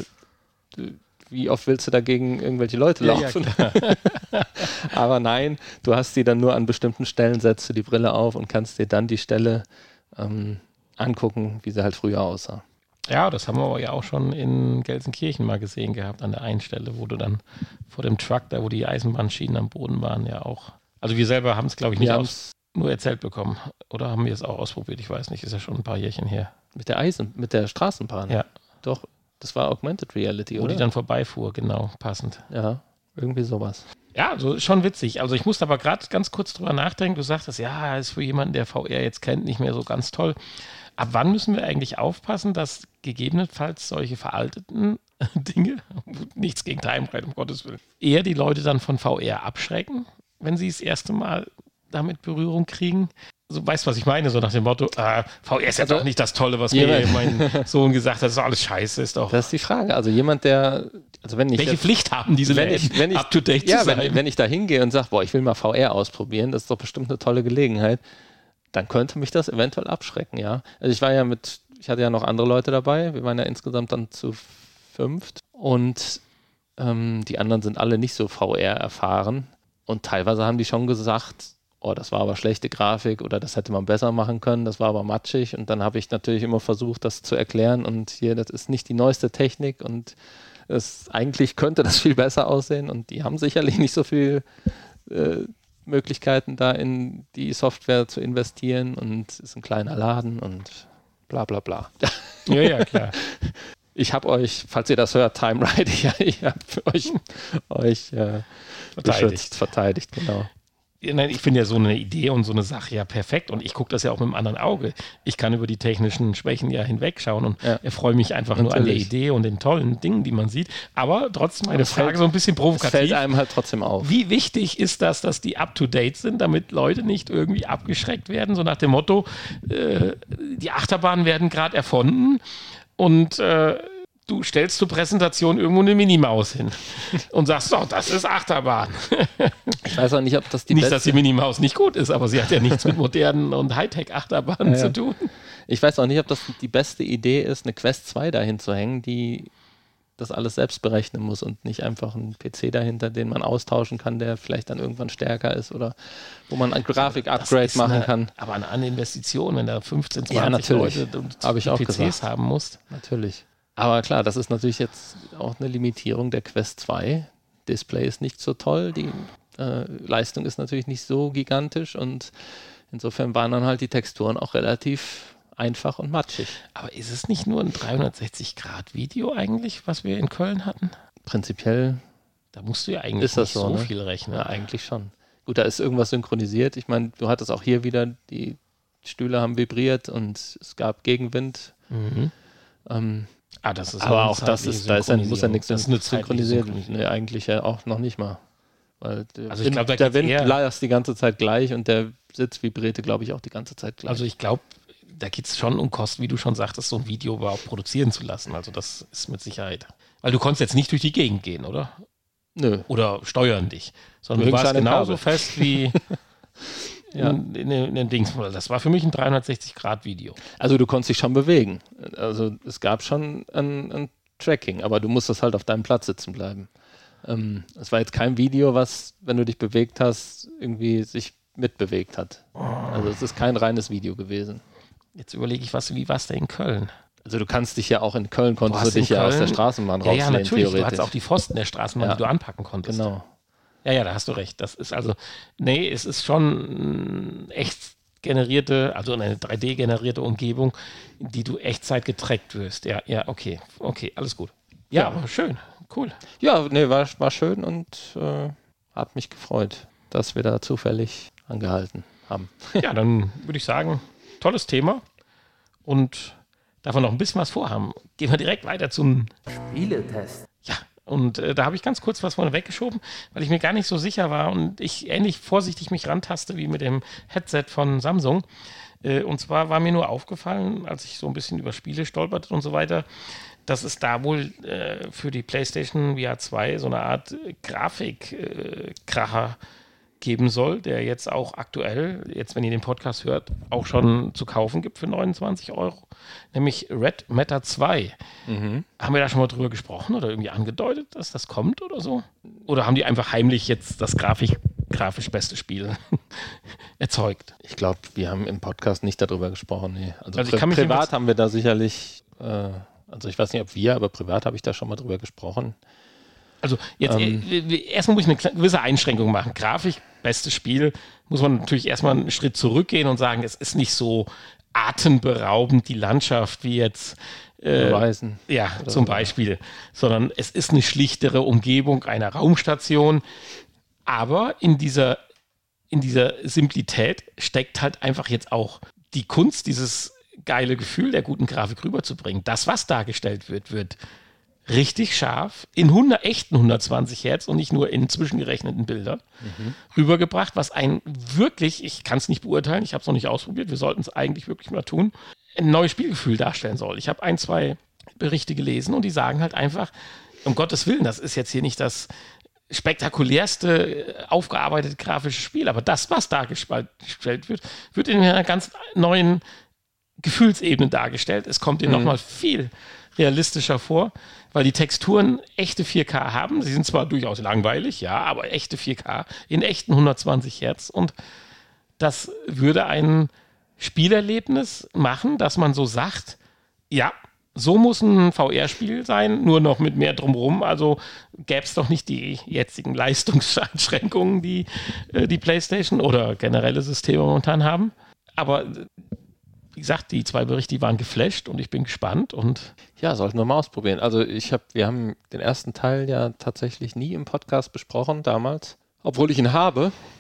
wie oft willst du dagegen irgendwelche Leute laufen? Ja, ja, aber nein, du hast die dann nur an bestimmten Stellen, setzt du die Brille auf und kannst dir dann die Stelle ähm, angucken, wie sie halt früher aussah. Ja, das haben wir aber ja auch schon in Gelsenkirchen mal gesehen gehabt, an der einen Stelle, wo du dann vor dem Truck, da wo die Eisenbahnschienen am Boden waren, ja auch. Also wir selber haben es, glaube ich, nicht aus, nur erzählt bekommen. Oder haben wir es auch ausprobiert? Ich weiß nicht, ist ja schon ein paar Jährchen her. Mit der Eisen, mit der Straßenbahn? Ja. Doch. Das war Augmented Reality, Wo oder? die dann vorbeifuhr, genau, passend. Ja, irgendwie sowas. Ja, also schon witzig. Also ich musste aber gerade ganz kurz drüber nachdenken. Du sagtest, ja, ist für jemanden, der V R jetzt kennt, nicht mehr so ganz toll. Ab wann müssen wir eigentlich aufpassen, dass gegebenenfalls solche veralteten Dinge, nichts gegen Time Ride, um Gottes Willen, eher die Leute dann von V R abschrecken, wenn sie das erste Mal damit Berührung kriegen? So, weißt du, was ich meine? So nach dem Motto, äh, V R ist ja also, doch nicht das Tolle, was mir mein Sohn gesagt hat, das ist doch alles scheiße. Ist doch. Das ist die Frage. Also jemand, der, also wenn ich Welche jetzt, Pflicht haben diese wenn Läden, ich, wenn ich, up-to-date ja, zu sein? wenn, wenn ich da hingehe und sage, boah, ich will mal V R ausprobieren, das ist doch bestimmt eine tolle Gelegenheit, dann könnte mich das eventuell abschrecken, ja. Also ich war ja mit, ich hatte ja noch andere Leute dabei, wir waren ja insgesamt dann zu fünft und ähm, die anderen sind alle nicht so V R erfahren und teilweise haben die schon gesagt, oh, das war aber schlechte Grafik oder das hätte man besser machen können, das war aber matschig und dann habe ich natürlich immer versucht, das zu erklären und hier, das ist nicht die neueste Technik und es, eigentlich könnte das viel besser aussehen und die haben sicherlich nicht so viel äh, Möglichkeiten, da in die Software zu investieren und es ist ein kleiner Laden und bla bla bla. Ja, ja, klar. Ich habe euch, falls ihr das hört, Time Ride, ja, ich habe euch, euch äh, verteidigt. Beschützt, verteidigt, genau. Nein, ich finde ja so eine Idee und so eine Sache ja perfekt und ich gucke das ja auch mit einem anderen Auge. Ich kann über die technischen Schwächen ja hinwegschauen und Ja. erfreue mich einfach Natürlich. nur an der Idee und den tollen Dingen, die man sieht. Aber trotzdem eine Es Frage fällt- so ein bisschen Es provokativ. fällt einem halt trotzdem auf. Wie wichtig ist das, dass die up-to-date sind, damit Leute nicht irgendwie abgeschreckt werden? So nach dem Motto, äh, die Achterbahnen werden gerade erfunden und äh, du stellst zur Präsentation irgendwo eine Minimaus hin und sagst, so, das ist Achterbahn. Ich weiß auch nicht, ob das die Nicht, beste... dass die Minimaus nicht gut ist, aber sie hat ja nichts mit modernen und Hightech-Achterbahnen Ja, ja. zu tun. Ich weiß auch nicht, ob das die beste Idee ist, eine Quest zwei dahin zu hängen, die das alles selbst berechnen muss und nicht einfach einen P C dahinter, den man austauschen kann, der vielleicht dann irgendwann stärker ist oder wo man ein Grafik-Upgrade Das ist machen eine, kann. Aber eine, eine Investition, wenn da fünfzehn, Ja, zwanzig natürlich. Leute und Habe ich auch P Cs gesagt. haben musst. Natürlich. Aber klar, das ist natürlich jetzt auch eine Limitierung der Quest zwei. Display ist nicht so toll, die äh, Leistung ist natürlich nicht so gigantisch und insofern waren dann halt die Texturen auch relativ einfach und matschig. Aber ist es nicht nur ein dreihundertsechzig Grad Video eigentlich, was wir in Köln hatten? Prinzipiell Da musst du ja eigentlich ist das nicht so, so ne? viel rechnen. Ja, eigentlich schon. Gut, da ist irgendwas synchronisiert. Ich meine, du hattest auch hier wieder, die Stühle haben vibriert und es gab Gegenwind. Mhm. Ähm, Ah, das ist aber eine auch das zeitliche ist, da ist ja, muss ja nichts Das ist eine synchronisiert. zeitliche Nee, eigentlich ja auch noch nicht mal. Weil der Also ich Wind, glaub, da der geht's Wind eher- las die ganze Zeit gleich und der Sitz vibrierte, glaube ich, auch die ganze Zeit gleich. Also ich glaube, da geht es schon um Kosten, wie du schon sagtest, so ein Video überhaupt produzieren zu lassen. Also das ist mit Sicherheit. Weil du konntest jetzt nicht durch die Gegend gehen, oder? Nö. Oder steuern dich. Sondern Du du warst hängst an den genauso Kabel. fest wie Ja. in, in, in den Dings. Das war für mich ein dreihundertsechzig Grad Video. Also du konntest dich schon bewegen. Also es gab schon ein, ein Tracking, aber du musstest halt auf deinem Platz sitzen bleiben. Ähm, es war jetzt kein Video, was, wenn du dich bewegt hast, irgendwie sich mitbewegt hat. Also es ist kein reines Video gewesen. Jetzt überlege ich, was, wie war es denn in Köln? Also du kannst dich ja auch in Köln, konntest du hast in dich ja aus der Köln- Straßenbahn Ja, ja, rauslehnen, natürlich. Du theoretisch. hattest auch die Pfosten der Straßenbahn, Ja. die du anpacken konntest. Genau. Ja, ja, da hast du recht. Das ist also, nee, es ist schon echt generierte, also eine drei D generierte Umgebung, in die du Echtzeit getrackt wirst. Ja, ja, okay, okay, alles gut. Ja, Ja. aber schön, cool. Ja, nee, war, war schön und äh, hat mich gefreut, dass wir da zufällig angehalten haben. Ja, dann würde ich sagen, tolles Thema und da wir noch ein bisschen was vorhaben, gehen wir direkt weiter zum Spieletest. Ja, und äh, da habe ich ganz kurz was vorne weggeschoben, weil ich mir gar nicht so sicher war und ich ähnlich vorsichtig mich rantaste wie mit dem Headset von Samsung. Äh, und zwar war mir nur aufgefallen, als ich so ein bisschen über Spiele stolperte und so weiter, dass es da wohl äh, für die PlayStation V R zwei so eine Art äh, Grafikkracher geben soll, der jetzt auch aktuell, jetzt wenn ihr den Podcast hört, auch schon zu kaufen gibt für neunundzwanzig Euro, nämlich Red Matter zwei. Mhm. Haben wir da schon mal drüber gesprochen oder irgendwie angedeutet, dass das kommt oder so? Oder haben die einfach heimlich jetzt das Grafik, grafisch beste Spiel erzeugt? Ich glaube, wir haben im Podcast nicht darüber gesprochen. Nee. Also, Also ich pri kann mich privat jedenfalls- haben wir da sicherlich, äh, also ich weiß nicht, ob wir, aber privat habe ich da schon mal drüber gesprochen. Also jetzt Ähm. äh, erstmal muss ich eine kle- gewisse Einschränkung machen. Grafik, bestes Spiel, muss man natürlich erstmal einen Schritt zurückgehen und sagen, es ist nicht so atemberaubend die Landschaft wie jetzt äh, Beweisen. ja, Oder zum so. Beispiel, sondern es ist eine schlichtere Umgebung einer Raumstation, aber in dieser, in dieser Simplität steckt halt einfach jetzt auch die Kunst, dieses geile Gefühl der guten Grafik rüberzubringen. Das, was dargestellt wird, wird richtig scharf, in hundert, echten hundertzwanzig Hertz und nicht nur in zwischengerechneten Bildern rübergebracht, was ein wirklich, ich kann es nicht beurteilen, ich habe es noch nicht ausprobiert, wir sollten es eigentlich wirklich mal tun, ein neues Spielgefühl darstellen soll. Ich habe ein, zwei Berichte gelesen und die sagen halt einfach, um Gottes Willen, das ist jetzt hier nicht das spektakulärste, aufgearbeitete grafische Spiel, aber das, was dargestellt wird, wird in einer ganz neuen Gefühlsebene dargestellt. Es kommt dir Mhm. nochmal viel realistischer vor, weil die Texturen echte vier K haben. Sie sind zwar durchaus langweilig, ja, aber echte vier K in echten hundertzwanzig Hertz und das würde ein Spielerlebnis machen, dass man so sagt, ja, so muss ein V R-Spiel sein, nur noch mit mehr drumherum. Also gäbe es doch nicht die jetzigen Leistungseinschränkungen, die äh, die PlayStation oder generelle Systeme momentan haben. Aber wie gesagt, die zwei Berichte, die waren geflasht und ich bin gespannt. Und Ja, sollten wir mal ausprobieren. Also ich habe, wir haben den ersten Teil ja tatsächlich nie im Podcast besprochen damals, obwohl ich ihn habe.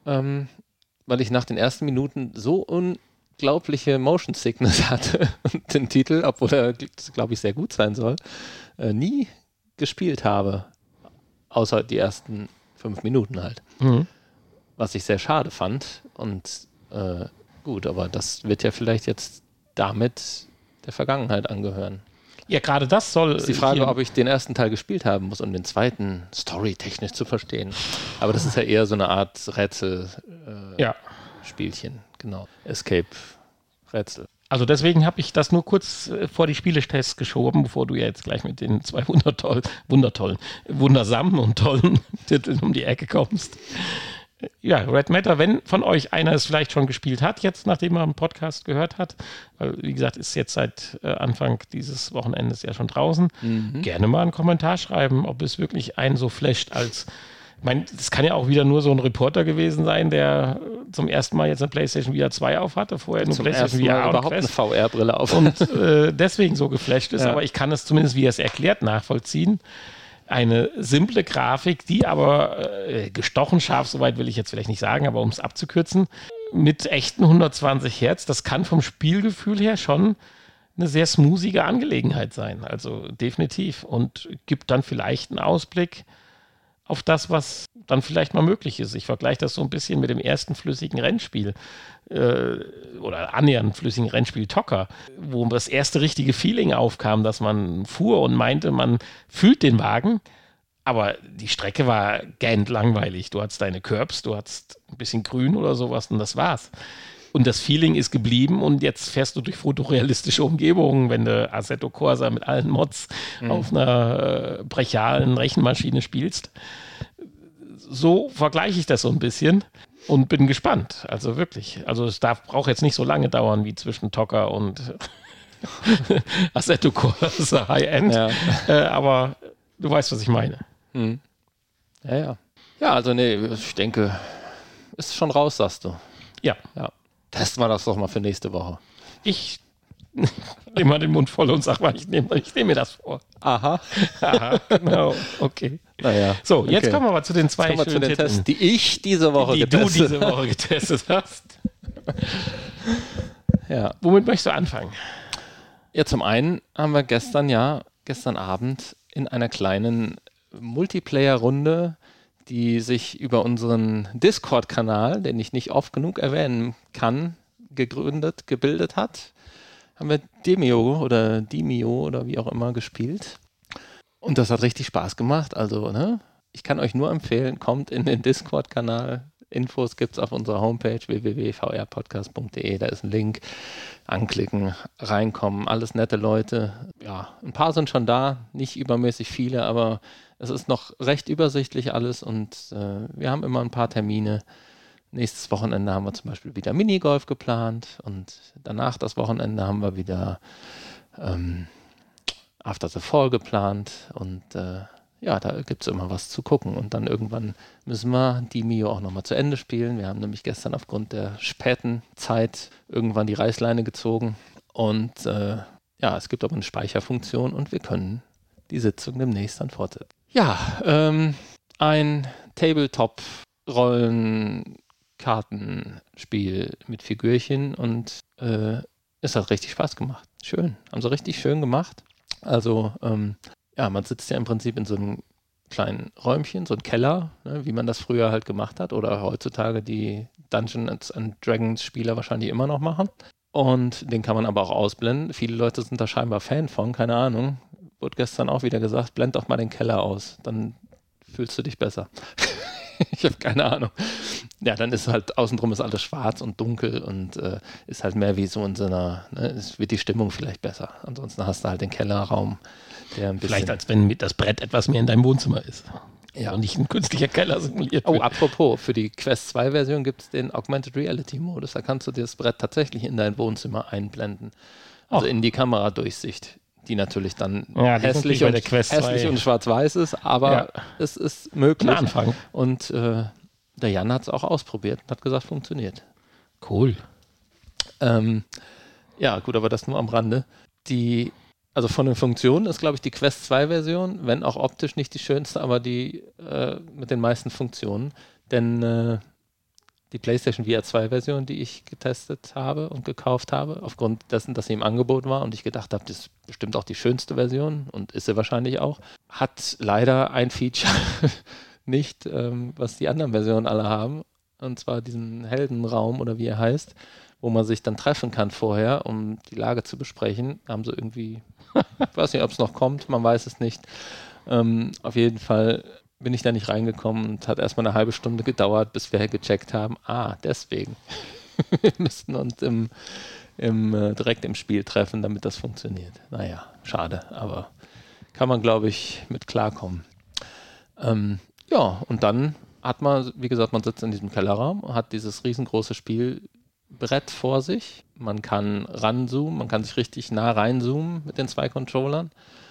ähm, weil ich nach den ersten Minuten so unglaubliche Motion Sickness hatte und den Titel, obwohl er, glaube ich, sehr gut sein soll, äh, nie gespielt habe. Außer die ersten fünf Minuten halt. Mhm. Was ich sehr schade fand. Und äh, gut, aber das wird ja vielleicht jetzt damit der Vergangenheit angehören. Ja, gerade das soll... Ist die Frage, hier, ob ich den ersten Teil gespielt haben muss, um den zweiten storytechnisch zu verstehen. Aber das ist ja eher so eine Art Rätsel-Spielchen. Äh, ja. Genau. Escape-Rätsel. Also deswegen habe ich das nur kurz äh, vor die Spieletests geschoben, bevor du ja jetzt gleich mit den zwei wundertoll, wundertollen, wundersamen und tollen Titeln um die Ecke kommst. Ja, Red Matter, wenn von euch einer es vielleicht schon gespielt hat, jetzt nachdem er einen Podcast gehört hat, weil wie gesagt, ist jetzt seit äh, Anfang dieses Wochenendes ja schon draußen, Mhm. gerne mal einen Kommentar schreiben, ob es wirklich einen so flasht als... Ich meine, das kann ja auch wieder nur so ein Reporter gewesen sein, der zum ersten Mal jetzt eine PlayStation V R zwei auf hatte, vorher nur Zum PlayStation ersten V Mal R und überhaupt eine Quest V R-Brille auf. und äh, deswegen so geflasht ist, Ja. aber ich kann es zumindest, wie er es erklärt, nachvollziehen. Eine simple Grafik, die aber äh, gestochen scharf, soweit will ich jetzt vielleicht nicht sagen, aber um es abzukürzen, mit echten hundertzwanzig Hertz, das kann vom Spielgefühl her schon eine sehr smoothige Angelegenheit sein, also definitiv, und gibt dann vielleicht einen Ausblick auf das, was dann vielleicht mal möglich ist. Ich vergleiche das so ein bisschen mit dem ersten flüssigen Rennspiel äh, oder annähernd flüssigen Rennspiel Tocker, wo das erste richtige Feeling aufkam, dass man fuhr und meinte, man fühlt den Wagen, aber die Strecke war gähnend langweilig. Du hattest deine Curbs, du hattest ein bisschen Grün oder sowas und das war's. Und das Feeling ist geblieben und jetzt fährst du durch fotorealistische Umgebungen, wenn du Assetto Corsa mit allen Mods mhm. auf einer äh, brachialen Rechenmaschine spielst. So vergleiche ich das so ein bisschen und bin gespannt. Also wirklich. Also es darf, braucht jetzt nicht so lange dauern wie zwischen Tocker und Assetto Corsa High-End. Ja. Äh, aber du weißt, was ich meine. Mhm. Ja, ja. Ja, also nee, ich denke, ist schon raus, sagst du. Ja. Ja. Testen wir das doch mal für nächste Woche. Ich nehme mal den Mund voll und sag mal, ich nehme ich nehm mir das vor. Aha. Aha, genau, okay. Naja. So, jetzt okay. kommen wir aber zu den zwei Kommen wir zu den Titeln, Tests, die ich diese Woche die getestet du diese Woche getestet hast. Ja. Womit möchtest du anfangen? Ja, zum einen haben wir gestern ja, gestern Abend in einer kleinen Multiplayer-Runde, die sich über unseren Discord-Kanal, den ich nicht oft genug erwähnen kann, gegründet, gebildet hat, haben wir Demio oder Demio oder wie auch immer gespielt. Und das hat richtig Spaß gemacht. Also, ne, ich kann euch nur empfehlen, kommt in den Discord-Kanal. Infos gibt es auf unserer Homepage w w w punkt v r podcast punkt d e. Da ist ein Link. Anklicken, reinkommen. Alles nette Leute. Ja, ein paar sind schon da. Nicht übermäßig viele, aber es ist noch recht übersichtlich alles und äh, wir haben immer ein paar Termine. Nächstes Wochenende haben wir zum Beispiel wieder Minigolf geplant und danach das Wochenende haben wir wieder ähm, After the Fall geplant und äh, ja, da gibt es immer was zu gucken und dann irgendwann müssen wir die Mio auch nochmal zu Ende spielen. Wir haben nämlich gestern aufgrund der späten Zeit irgendwann die Reißleine gezogen und äh, ja, es gibt aber eine Speicherfunktion und wir können die Sitzung demnächst dann fortsetzen. Ja, ähm, ein Tabletop-Rollenkartenspiel mit Figürchen und äh, es hat richtig Spaß gemacht. Schön, haben sie richtig schön gemacht. Also, ähm, ja, man sitzt ja im Prinzip in so einem kleinen Räumchen, so ein Keller, ne, wie man das früher halt gemacht hat oder heutzutage die Dungeons and Dragons Spieler wahrscheinlich immer noch machen. Und den kann man aber auch ausblenden. Viele Leute sind da scheinbar Fan von, keine Ahnung. Wurde gestern auch wieder gesagt, blend doch mal den Keller aus, dann fühlst du dich besser. Ich habe keine Ahnung. Ja, dann ist halt, außenrum ist alles schwarz und dunkel und äh, ist halt mehr wie so in so einer, ne, es wird die Stimmung vielleicht besser. Ansonsten hast du halt den Kellerraum, der ein bisschen... Vielleicht als wenn das Brett etwas mehr in deinem Wohnzimmer ist. Ja. Und nicht ein künstlicher Keller simuliert Oh, wird. apropos, für die Quest zwei Version gibt es den Augmented Reality Modus. Da kannst du dir das Brett tatsächlich in dein Wohnzimmer einblenden. Also Och. in die Kameradurchsicht, die natürlich dann Ja, die ist hässlich, natürlich bei und, der Quest hässlich zwei und schwarz-weiß ist, aber Ja. es ist möglich. Ein Anfang. Und äh, der Jan hat es auch ausprobiert und hat gesagt, funktioniert. Cool. Ähm, ja, gut, aber das nur am Rande. Die, also von den Funktionen ist, glaube ich, die Quest zwei Version, wenn auch optisch nicht die schönste, aber die äh, mit den meisten Funktionen. Denn äh, die PlayStation V R zwei Version, die ich getestet habe und gekauft habe, aufgrund dessen, dass sie im Angebot war und ich gedacht habe, das ist bestimmt auch die schönste Version und ist sie wahrscheinlich auch, hat leider ein Feature nicht, ähm, was die anderen Versionen alle haben, und zwar diesen Heldenraum oder wie er heißt, wo man sich dann treffen kann vorher, um die Lage zu besprechen. Da haben sie irgendwie, ich weiß nicht, ob es noch kommt, man weiß es nicht. Ähm, auf jeden Fall bin ich da nicht reingekommen und hat erstmal eine halbe Stunde gedauert, bis wir gecheckt haben, ah, deswegen. Wir müssten uns im, im, äh, direkt im Spiel treffen, damit das funktioniert. Naja, schade, aber kann man, glaube ich, mit klarkommen. Ähm, ja, und dann hat man, wie gesagt, man sitzt in diesem Kellerraum, hat dieses riesengroße Spielbrett vor sich. Man kann ranzoomen, man kann sich richtig nah reinzoomen mit den zwei Controllern.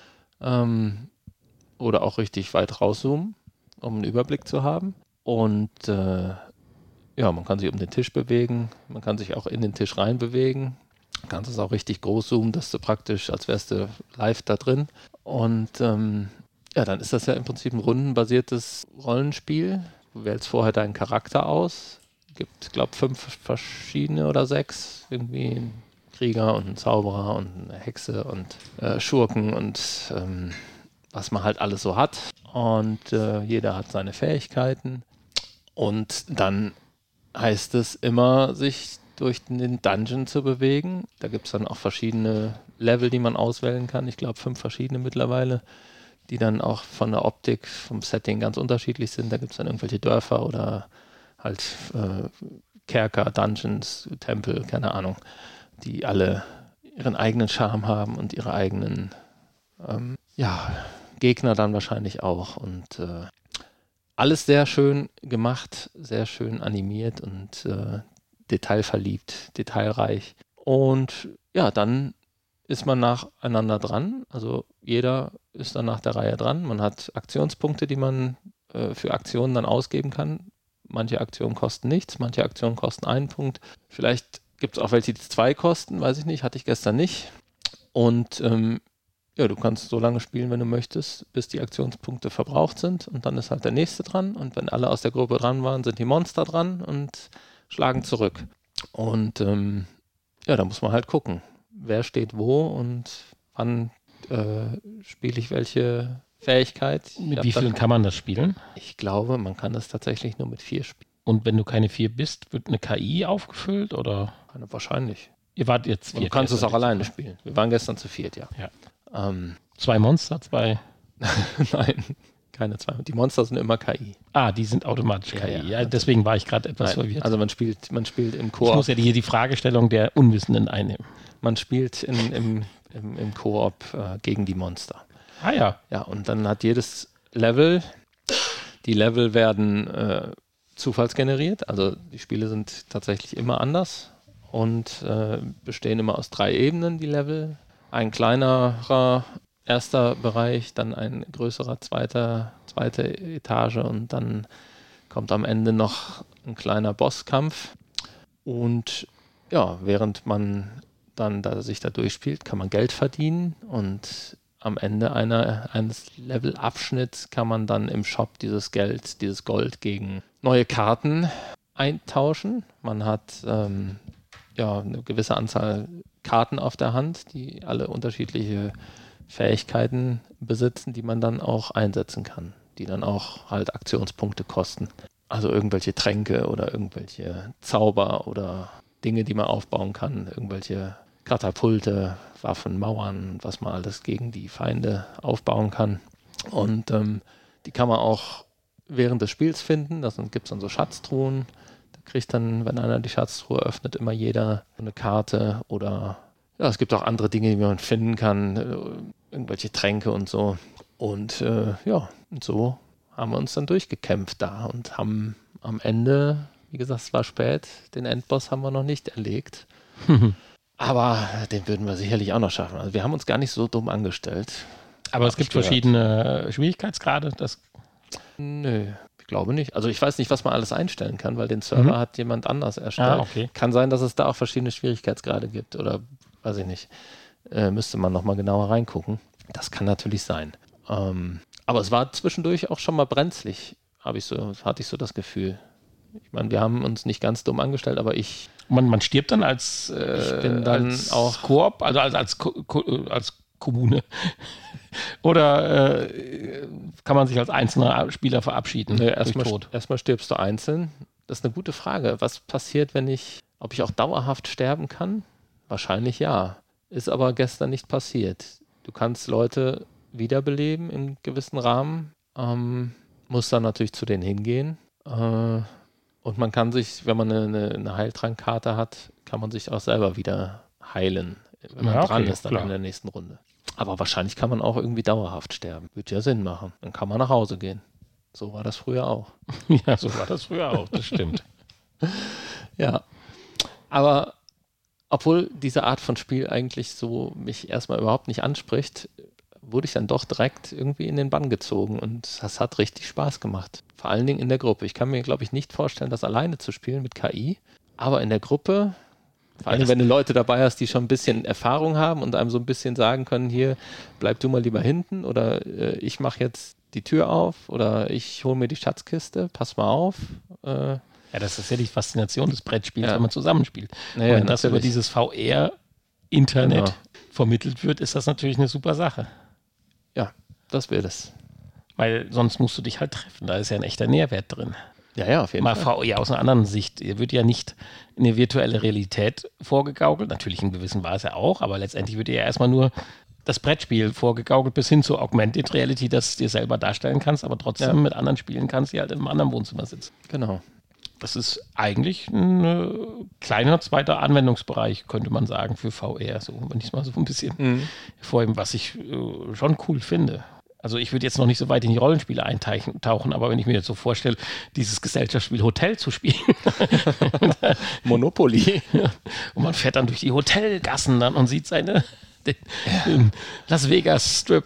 Ähm, oder auch richtig weit rauszoomen, um einen Überblick zu haben. Und äh, ja, man kann sich um den Tisch bewegen, man kann sich auch in den Tisch rein bewegen. Man kann es auch richtig groß zoomen, dass du praktisch, als wärst du live da drin. Und ähm, ja, dann ist das ja im Prinzip ein rundenbasiertes Rollenspiel. Du wählst vorher deinen Charakter aus. Es gibt, glaube ich, fünf verschiedene oder sechs. Irgendwie einen Krieger und einen Zauberer und eine Hexe und äh, Schurken und ähm, was man halt alles so hat. Und äh, jeder hat seine Fähigkeiten. Und dann heißt es immer, sich durch den Dungeon zu bewegen. Da gibt es dann auch verschiedene Level, die man auswählen kann. Ich glaube, fünf verschiedene mittlerweile, die dann auch von der Optik, vom Setting ganz unterschiedlich sind. Da gibt es dann irgendwelche Dörfer oder halt äh, Kerker, Dungeons, Tempel, keine Ahnung, die alle ihren eigenen Charme haben und ihre eigenen ähm, ja, Gegner dann wahrscheinlich auch. Und äh, alles sehr schön gemacht, sehr schön animiert und äh, detailverliebt, detailreich. Und ja, dann ist man nacheinander dran. Also jeder ist dann nach der Reihe dran. Man hat Aktionspunkte, die man äh, für Aktionen dann ausgeben kann. Manche Aktionen kosten nichts, manche Aktionen kosten einen Punkt. Vielleicht gibt es auch welche, die zwei kosten, weiß ich nicht, hatte ich gestern nicht. Und ähm, ja, du kannst so lange spielen, wenn du möchtest, bis die Aktionspunkte verbraucht sind und dann ist halt der nächste dran und wenn alle aus der Gruppe dran waren, sind die Monster dran und schlagen zurück. Und ähm, ja, da muss man halt gucken, wer steht wo und wann äh, spiele ich welche Fähigkeit. Mit wie vielen kann man das spielen? Ich glaube, man kann das tatsächlich nur mit vier spielen. Und wenn du keine vier bist, wird eine K I aufgefüllt oder? Wahrscheinlich. Ihr wart jetzt vier. Du kannst es auch alleine spielen. Wir waren gestern zu viert, ja. Ja. Ähm, zwei Monster, zwei... Nein, keine zwei. Die Monster sind immer K I. Ah, die sind automatisch K I. Ja, ja. Ja, deswegen war ich gerade etwas Nein, verwirrt. also man spielt, man spielt im Koop. Ich muss ja hier die Fragestellung der Unwissenden einnehmen. Man spielt in, im, im, im Koop äh, gegen die Monster. Ah ja. Ja, und dann hat jedes Level, die Level werden äh, zufallsgeneriert. Also die Spiele sind tatsächlich immer anders und äh, bestehen immer aus drei Ebenen, die Level. Ein kleinerer erster Bereich, dann ein größerer zweiter, zweite Etage und dann kommt am Ende noch ein kleiner Bosskampf. Und ja, während man dann da sich da durchspielt, kann man Geld verdienen und am Ende einer, eines Levelabschnitts kann man dann im Shop dieses Geld, dieses Gold gegen neue Karten eintauschen. Man hat ähm, ja eine gewisse Anzahl Karten auf der Hand, die alle unterschiedliche Fähigkeiten besitzen, die man dann auch einsetzen kann, die dann auch halt Aktionspunkte kosten. Also irgendwelche Tränke oder irgendwelche Zauber oder Dinge, die man aufbauen kann, irgendwelche Katapulte, Waffen, Mauern, was man alles gegen die Feinde aufbauen kann. Und ähm, die kann man auch während des Spiels finden. Da gibt es dann so Schatztruhen. Da kriegt dann, wenn einer die Schatztruhe öffnet, immer jeder eine Karte. Oder ja, es gibt auch andere Dinge, die man finden kann. Irgendwelche Tränke und so. Und äh, ja, und so haben wir uns dann durchgekämpft da und haben am Ende, wie gesagt, es war spät, den Endboss haben wir noch nicht erlegt. Aber den würden wir sicherlich auch noch schaffen. Also wir haben uns gar nicht so dumm angestellt. Aber es gibt verschiedene Schwierigkeitsgrade. Das Nö, ich glaube nicht. Also ich weiß nicht, was man alles einstellen kann, weil den Server mhm. hat jemand anders erstellt. Ah, okay. Kann sein, dass es da auch verschiedene Schwierigkeitsgrade gibt oder weiß ich nicht. Äh, müsste man nochmal genauer reingucken. Das kann natürlich sein. Ähm, aber es war zwischendurch auch schon mal brenzlig, habe ich so, hatte ich so das Gefühl. Ich meine, wir haben uns nicht ganz dumm angestellt, aber ich... Man, man stirbt dann als, äh, ich bin dann als auch Koop, also als, als, Ko- Ko- als Kommune. Oder äh, kann man sich als einzelner Spieler verabschieden Nee, durch erstmal, Tod? erstmal stirbst du einzeln. Das ist eine gute Frage. Was passiert, wenn ich, ob ich auch dauerhaft sterben kann? Wahrscheinlich ja. Ist aber gestern nicht passiert. Du kannst Leute wiederbeleben im gewissen Rahmen, ähm, muss dann natürlich zu denen hingehen. Äh, und man kann sich, wenn man eine, eine Heiltrankkarte hat, kann man sich auch selber wieder heilen, wenn man Ja, okay, dran ist dann klar. in der nächsten Runde. Aber wahrscheinlich kann man auch irgendwie dauerhaft sterben. Würde ja Sinn machen. Dann kann man nach Hause gehen. So war das früher auch. Ja, so war das früher auch, das stimmt. Ja. Aber obwohl diese Art von Spiel eigentlich so mich erstmal überhaupt nicht anspricht, wurde ich dann doch direkt irgendwie in den Bann gezogen und das hat richtig Spaß gemacht. Vor allen Dingen in der Gruppe. Ich kann mir, glaube ich, nicht vorstellen, das alleine zu spielen mit K I, aber in der Gruppe, vor allem, Ja, wenn du Leute dabei hast, die schon ein bisschen Erfahrung haben und einem so ein bisschen sagen können, hier, bleib du mal lieber hinten oder äh, ich mache jetzt die Tür auf oder ich hole mir die Schatzkiste, pass mal auf. Äh, Ja, das ist ja die Faszination des Brettspiels, Ja. wenn man zusammenspielt. Naja, Und wenn das über natürlich. dieses V R-Internet Genau. vermittelt wird, ist das natürlich eine super Sache. ja, das wird es. Weil sonst musst du dich halt treffen. Da ist ja ein echter Nährwert drin. Ja, ja, auf jeden Mal Fall. V R aus einer anderen Sicht. Ihr wird ja nicht eine virtuelle Realität vorgegaukelt. Natürlich in gewissen Maße auch, aber letztendlich wird dir ja erstmal nur das Brettspiel vorgegaukelt bis hin zu Augmented Reality, das du dir selber darstellen kannst, aber trotzdem Ja. mit anderen spielen kannst, die halt in einem anderen Wohnzimmer sitzen. Genau. Das ist eigentlich ein äh, kleiner zweiter Anwendungsbereich, könnte man sagen, für V R. So, wenn ich es mal so ein bisschen Mhm. hervorheben, was ich äh, schon cool finde. Also ich würde jetzt noch nicht so weit in die Rollenspiele eintauchen, aber wenn ich mir jetzt so vorstelle, dieses Gesellschaftsspiel Hotel zu spielen Monopoly. und man fährt dann durch die Hotelgassen dann und sieht seine den, den Las Vegas Strip.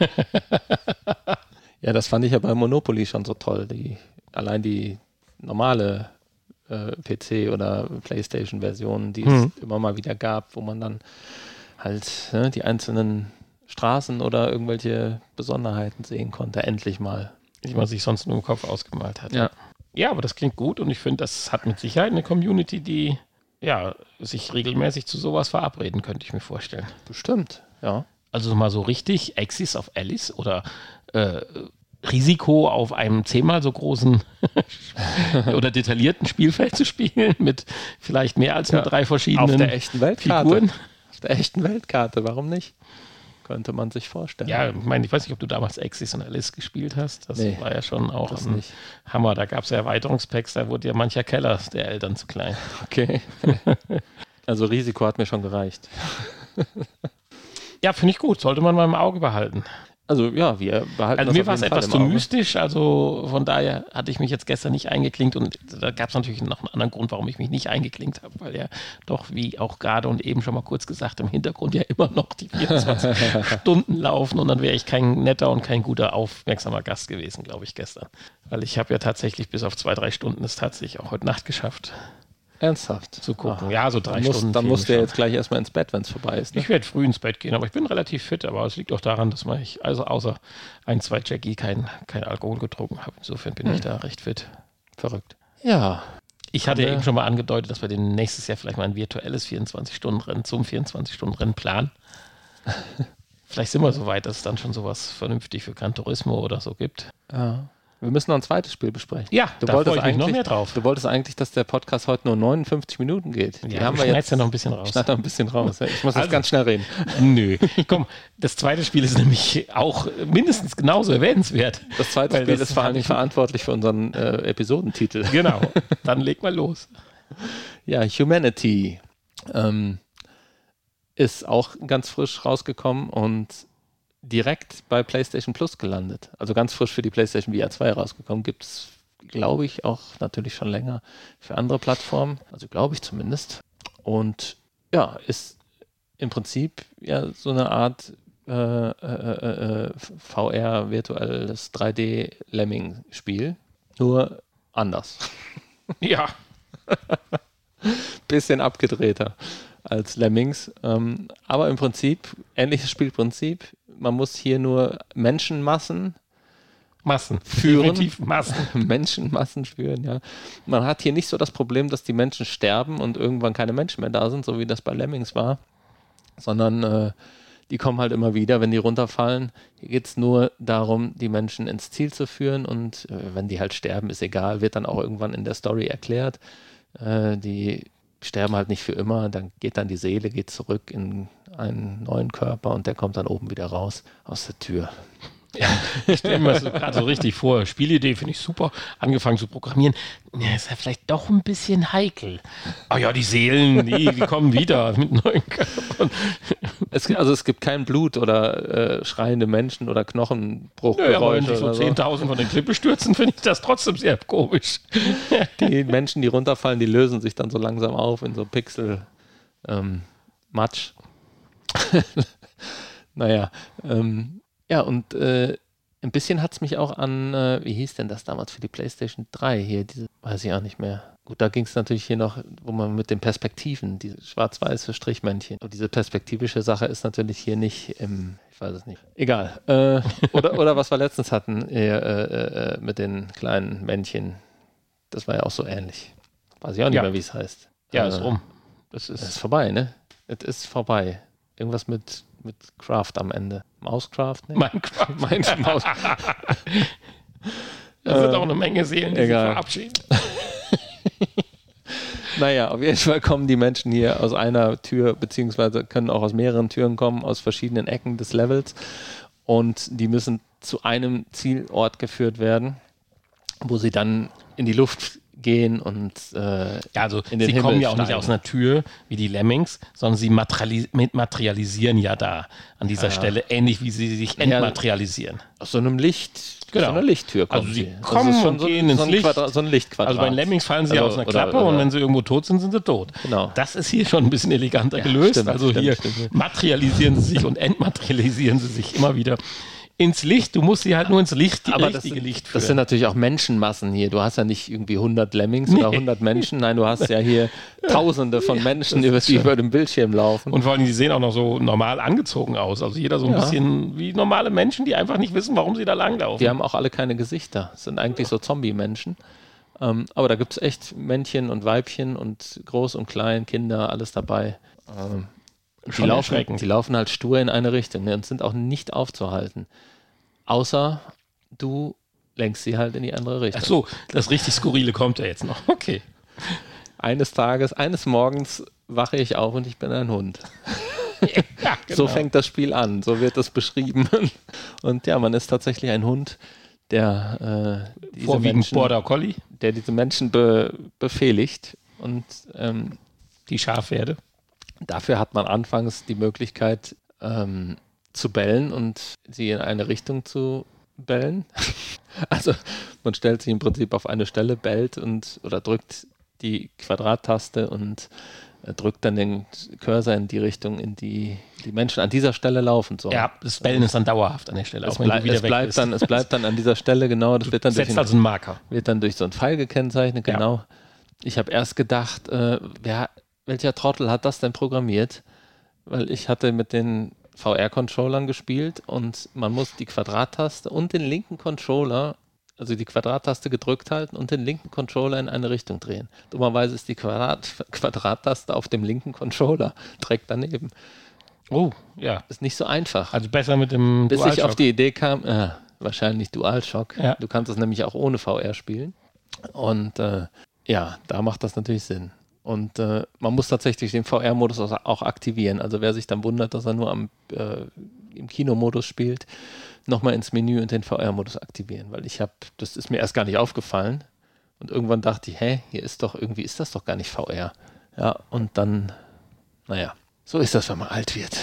Ja, das fand ich ja bei Monopoly schon so toll. Die, allein die normale äh, P C- oder Playstation-Version, die Mhm. es immer mal wieder gab, wo man dann halt ne, die einzelnen Straßen oder irgendwelche Besonderheiten sehen konnte. Endlich mal. Die man sich sonst nur im Kopf ausgemalt hat. Ja. Ja, aber das klingt gut und ich finde, das hat mit Sicherheit eine Community, die ja, sich regelmäßig zu sowas verabreden, könnte ich mir vorstellen. Bestimmt, ja. Also mal so richtig Axis of Alice oder äh, Risiko auf einem zehnmal so großen oder detaillierten Spielfeld zu spielen mit vielleicht mehr als nur Ja, drei verschiedenen Auf der echten Weltkarte. Figuren. Auf der echten Weltkarte, warum nicht? Könnte man sich vorstellen. Ja, ich meine, ich weiß nicht, ob du damals Axis und Alice gespielt hast. Das Nee, war ja schon auch das ein nicht. Hammer. Da gab es ja Erweiterungspacks, da wurde ja mancher Keller der Eltern zu klein. Okay. Also Risiko hat mir schon gereicht. Ja, finde ich gut. Sollte man mal im Auge behalten. Also ja, wir behalten Also das mir auf war es jeden Fall etwas im zu Auge. mystisch, also von daher hatte ich mich jetzt gestern nicht eingeklinkt und da gab es natürlich noch einen anderen Grund, warum ich mich nicht eingeklinkt habe, weil ja doch, wie auch gerade und eben schon mal kurz gesagt, im Hintergrund ja immer noch die vierundzwanzig Stunden laufen und dann wäre ich kein netter und kein guter, aufmerksamer Gast gewesen, glaube ich, gestern. Weil ich habe ja tatsächlich bis auf zwei, drei Stunden es tatsächlich auch heute Nacht geschafft Ernsthaft? zu gucken. Ach, Ja, so drei dann musst, Stunden. Dann fehlen musst du ja schon. jetzt gleich erstmal ins Bett, wenn es vorbei ist. Ne? Ich werde früh ins Bett gehen, aber ich bin relativ fit, aber es liegt auch daran, dass man ich, also außer ein, zwei Jackie kein, kein Alkohol getrunken habe. Insofern bin Hm. ich da recht fit. Verrückt. Ja. Ich hatte Haben ja wir- eben schon mal angedeutet, dass wir den nächstes Jahr vielleicht mal ein virtuelles vierundzwanzig-Stunden-Rennen zum vierundzwanzig-Stunden-Rennen planen. Vielleicht sind wir so weit, dass es dann schon sowas vernünftig für Gran Turismo oder so gibt. ja. Wir müssen noch ein zweites Spiel besprechen. Ja, Du da wolltest freue ich mich noch eigentlich- mehr drauf. Du wolltest eigentlich, dass der Podcast heute nur neunundfünfzig Minuten geht. Die Ja, haben du wir schneidest jetzt ja noch ein bisschen raus. schneid da ein bisschen raus. Ich muss jetzt Also- ganz schnell reden. Nö. Komm, das zweite Spiel ist nämlich auch mindestens genauso erwähnenswert. Das zweite Weil Spiel das ist vor allem hab ich- verantwortlich für unseren äh, Episodentitel. Genau. Dann leg mal los. Ja, Humanity ähm, ist auch ganz frisch rausgekommen und direkt bei PlayStation Plus gelandet. Also ganz frisch für die PlayStation V R zwei rausgekommen. Gibt es, glaube ich, auch natürlich schon länger für andere Plattformen. Also glaube ich zumindest. Und ja, ist im Prinzip ja so eine Art äh, äh, äh, V R virtuelles drei D Lemming-Spiel. Nur anders. Ja. Bisschen abgedrehter als Lemmings. Ähm, aber im Prinzip, ähnliches Spielprinzip. Man muss hier nur Menschenmassen Massen. Führen. Definitiv Massen. Menschenmassen führen, ja. Man hat hier nicht so das Problem, dass die Menschen sterben und irgendwann keine Menschen mehr da sind, so wie das bei Lemmings war, sondern äh, die kommen halt immer wieder, wenn die runterfallen. Hier geht es nur darum, die Menschen ins Ziel zu führen und äh, wenn die halt sterben, ist egal, wird dann auch irgendwann in der Story erklärt. Äh, die sterben halt nicht für immer, dann geht dann die Seele, geht zurück in einen neuen Körper und der kommt dann oben wieder raus aus der Tür. Ja, ich stelle mir das gerade so richtig vor. Spielidee finde ich super. Angefangen zu programmieren. Ja, ist ja vielleicht doch ein bisschen heikel. Ah ja, die Seelen, die, die kommen wieder mit neuen Körpern. Es, also es gibt kein Blut oder äh, schreiende Menschen oder Knochenbruchgeräusche. Ja, aber wenn sich so oder so. zehntausend von den Klippe stürzen, finde ich das trotzdem sehr komisch. Die Menschen, die runterfallen, die lösen sich dann so langsam auf in so Pixel ähm, Matsch. naja, ähm, ja, und äh, ein bisschen hat es mich auch an, äh, wie hieß denn das damals für die PlayStation drei hier, diese, weiß ich auch nicht mehr. Gut, da ging es natürlich hier noch, wo man mit den Perspektiven, diese schwarz-weiße Strichmännchen. Und diese perspektivische Sache ist natürlich hier nicht im, ich weiß es nicht. Egal. Äh, oder, oder was wir letztens hatten, äh, äh, äh, mit den kleinen Männchen. Das war ja auch so ähnlich. Weiß ich auch nicht Ja. mehr, wie es heißt. Ja, äh, ist rum. Das Es ist ist vorbei, ne? Es ist vorbei. Irgendwas mit, mit Craft am Ende. Mauscraft, ne? Minecraft. Mein Maus. Da sind Äh, auch eine Menge Seelen, die egal. sich verabschieden. Naja, auf jeden Fall kommen die Menschen hier aus einer Tür, beziehungsweise können auch aus mehreren Türen kommen, aus verschiedenen Ecken des Levels. Und die müssen zu einem Zielort geführt werden, wo sie dann in die Luft gehen und äh, Ja, also in den sie Himmel kommen ja auch nicht steigen. aus einer Tür wie die Lemmings, sondern sie materialis- mit- materialisieren ja da an dieser Ja. Stelle, ähnlich wie sie sich entmaterialisieren. aus so einem Licht, Genau. aus so einer Lichttür kommen Also sie sie. kommen ist und so, gehen ins so ein Licht. Quadrat, so ein Lichtquadrat. Also bei den Lemmings fallen sie Also, aus einer oder- Klappe oder- und wenn sie irgendwo tot sind, sind sie tot. Genau. Das ist hier schon ein bisschen eleganter Ja, gelöst. stimmt, also stimmt, hier stimmt. materialisieren sie sich und entmaterialisieren sie sich immer wieder ins Licht. Du musst sie halt nur ins Licht, Aber das richtige sind, Licht führen. das sind natürlich auch Menschenmassen hier. Du hast ja nicht irgendwie hundert Lemmings oder hundert Menschen. Nein, du hast ja hier Tausende von Menschen, über die über den Bildschirm laufen. Und vor allem, die sehen auch noch so normal angezogen aus. Also jeder so ein Ja. bisschen wie normale Menschen, die einfach nicht wissen, warum sie da langlaufen. Die haben auch alle keine Gesichter. Das sind eigentlich so Zombie-Menschen. Ähm, aber da gibt es echt Männchen und Weibchen und groß und klein, Kinder, alles dabei. Ähm, die, Schon laufen, erschreckend. die laufen halt stur in eine Richtung, ne, und sind auch nicht aufzuhalten. Außer du lenkst sie halt in die andere Richtung. Ach so, das richtig Skurrile kommt ja jetzt noch. Okay. Eines Tages, eines Morgens wache ich auf und ich bin ein Hund. Ja, genau. So fängt das Spiel an, so wird das beschrieben. Und ja, man ist tatsächlich ein Hund, der, äh, diese, Vorwiegend Menschen, Border Collie, der diese Menschen be befehligt. Und ähm, die Schafherde. dafür hat man anfangs die Möglichkeit ähm, zu bellen und sie in eine Richtung zu bellen. Also man stellt sich im Prinzip auf eine Stelle, bellt und oder drückt die Quadrattaste und äh, drückt dann den Cursor in die Richtung, in die die Menschen an dieser Stelle laufen sollen. Ja, das Bellen ist dann dauerhaft an der Stelle, Es, auch wenn blei du wieder es, weg bleibt bist. dann, es bleibt dann an dieser Stelle, genau, das wird dann, durch, Setzt den, also einen Marker. wird dann durch so einen Pfeil gekennzeichnet, Ja. genau. Ich habe erst gedacht, äh, wer, welcher Trottel hat das denn programmiert? Weil ich hatte mit den V R-Controllern gespielt und man muss die Quadrattaste und den linken Controller, also die Quadrattaste gedrückt halten und den linken Controller in eine Richtung drehen. Dummerweise ist die Quadrat Quadrattaste auf dem linken Controller direkt daneben. Oh, ja. Ist nicht so einfach. Also besser mit dem Bis ich DualShock. auf die Idee kam, äh, wahrscheinlich DualShock. Ja. Du kannst es nämlich auch ohne V R spielen. Und äh, ja, da macht das natürlich Sinn. Und äh, man muss tatsächlich den V R-Modus auch, auch aktivieren. Also wer sich dann wundert, dass er nur am, äh, im Kinomodus spielt, nochmal ins Menü und den V R-Modus aktivieren. Weil ich habe, das ist mir erst gar nicht aufgefallen. Und irgendwann dachte ich, hä, hier ist doch, irgendwie ist das doch gar nicht V R. Ja, und dann, naja, so ist das, wenn man alt wird.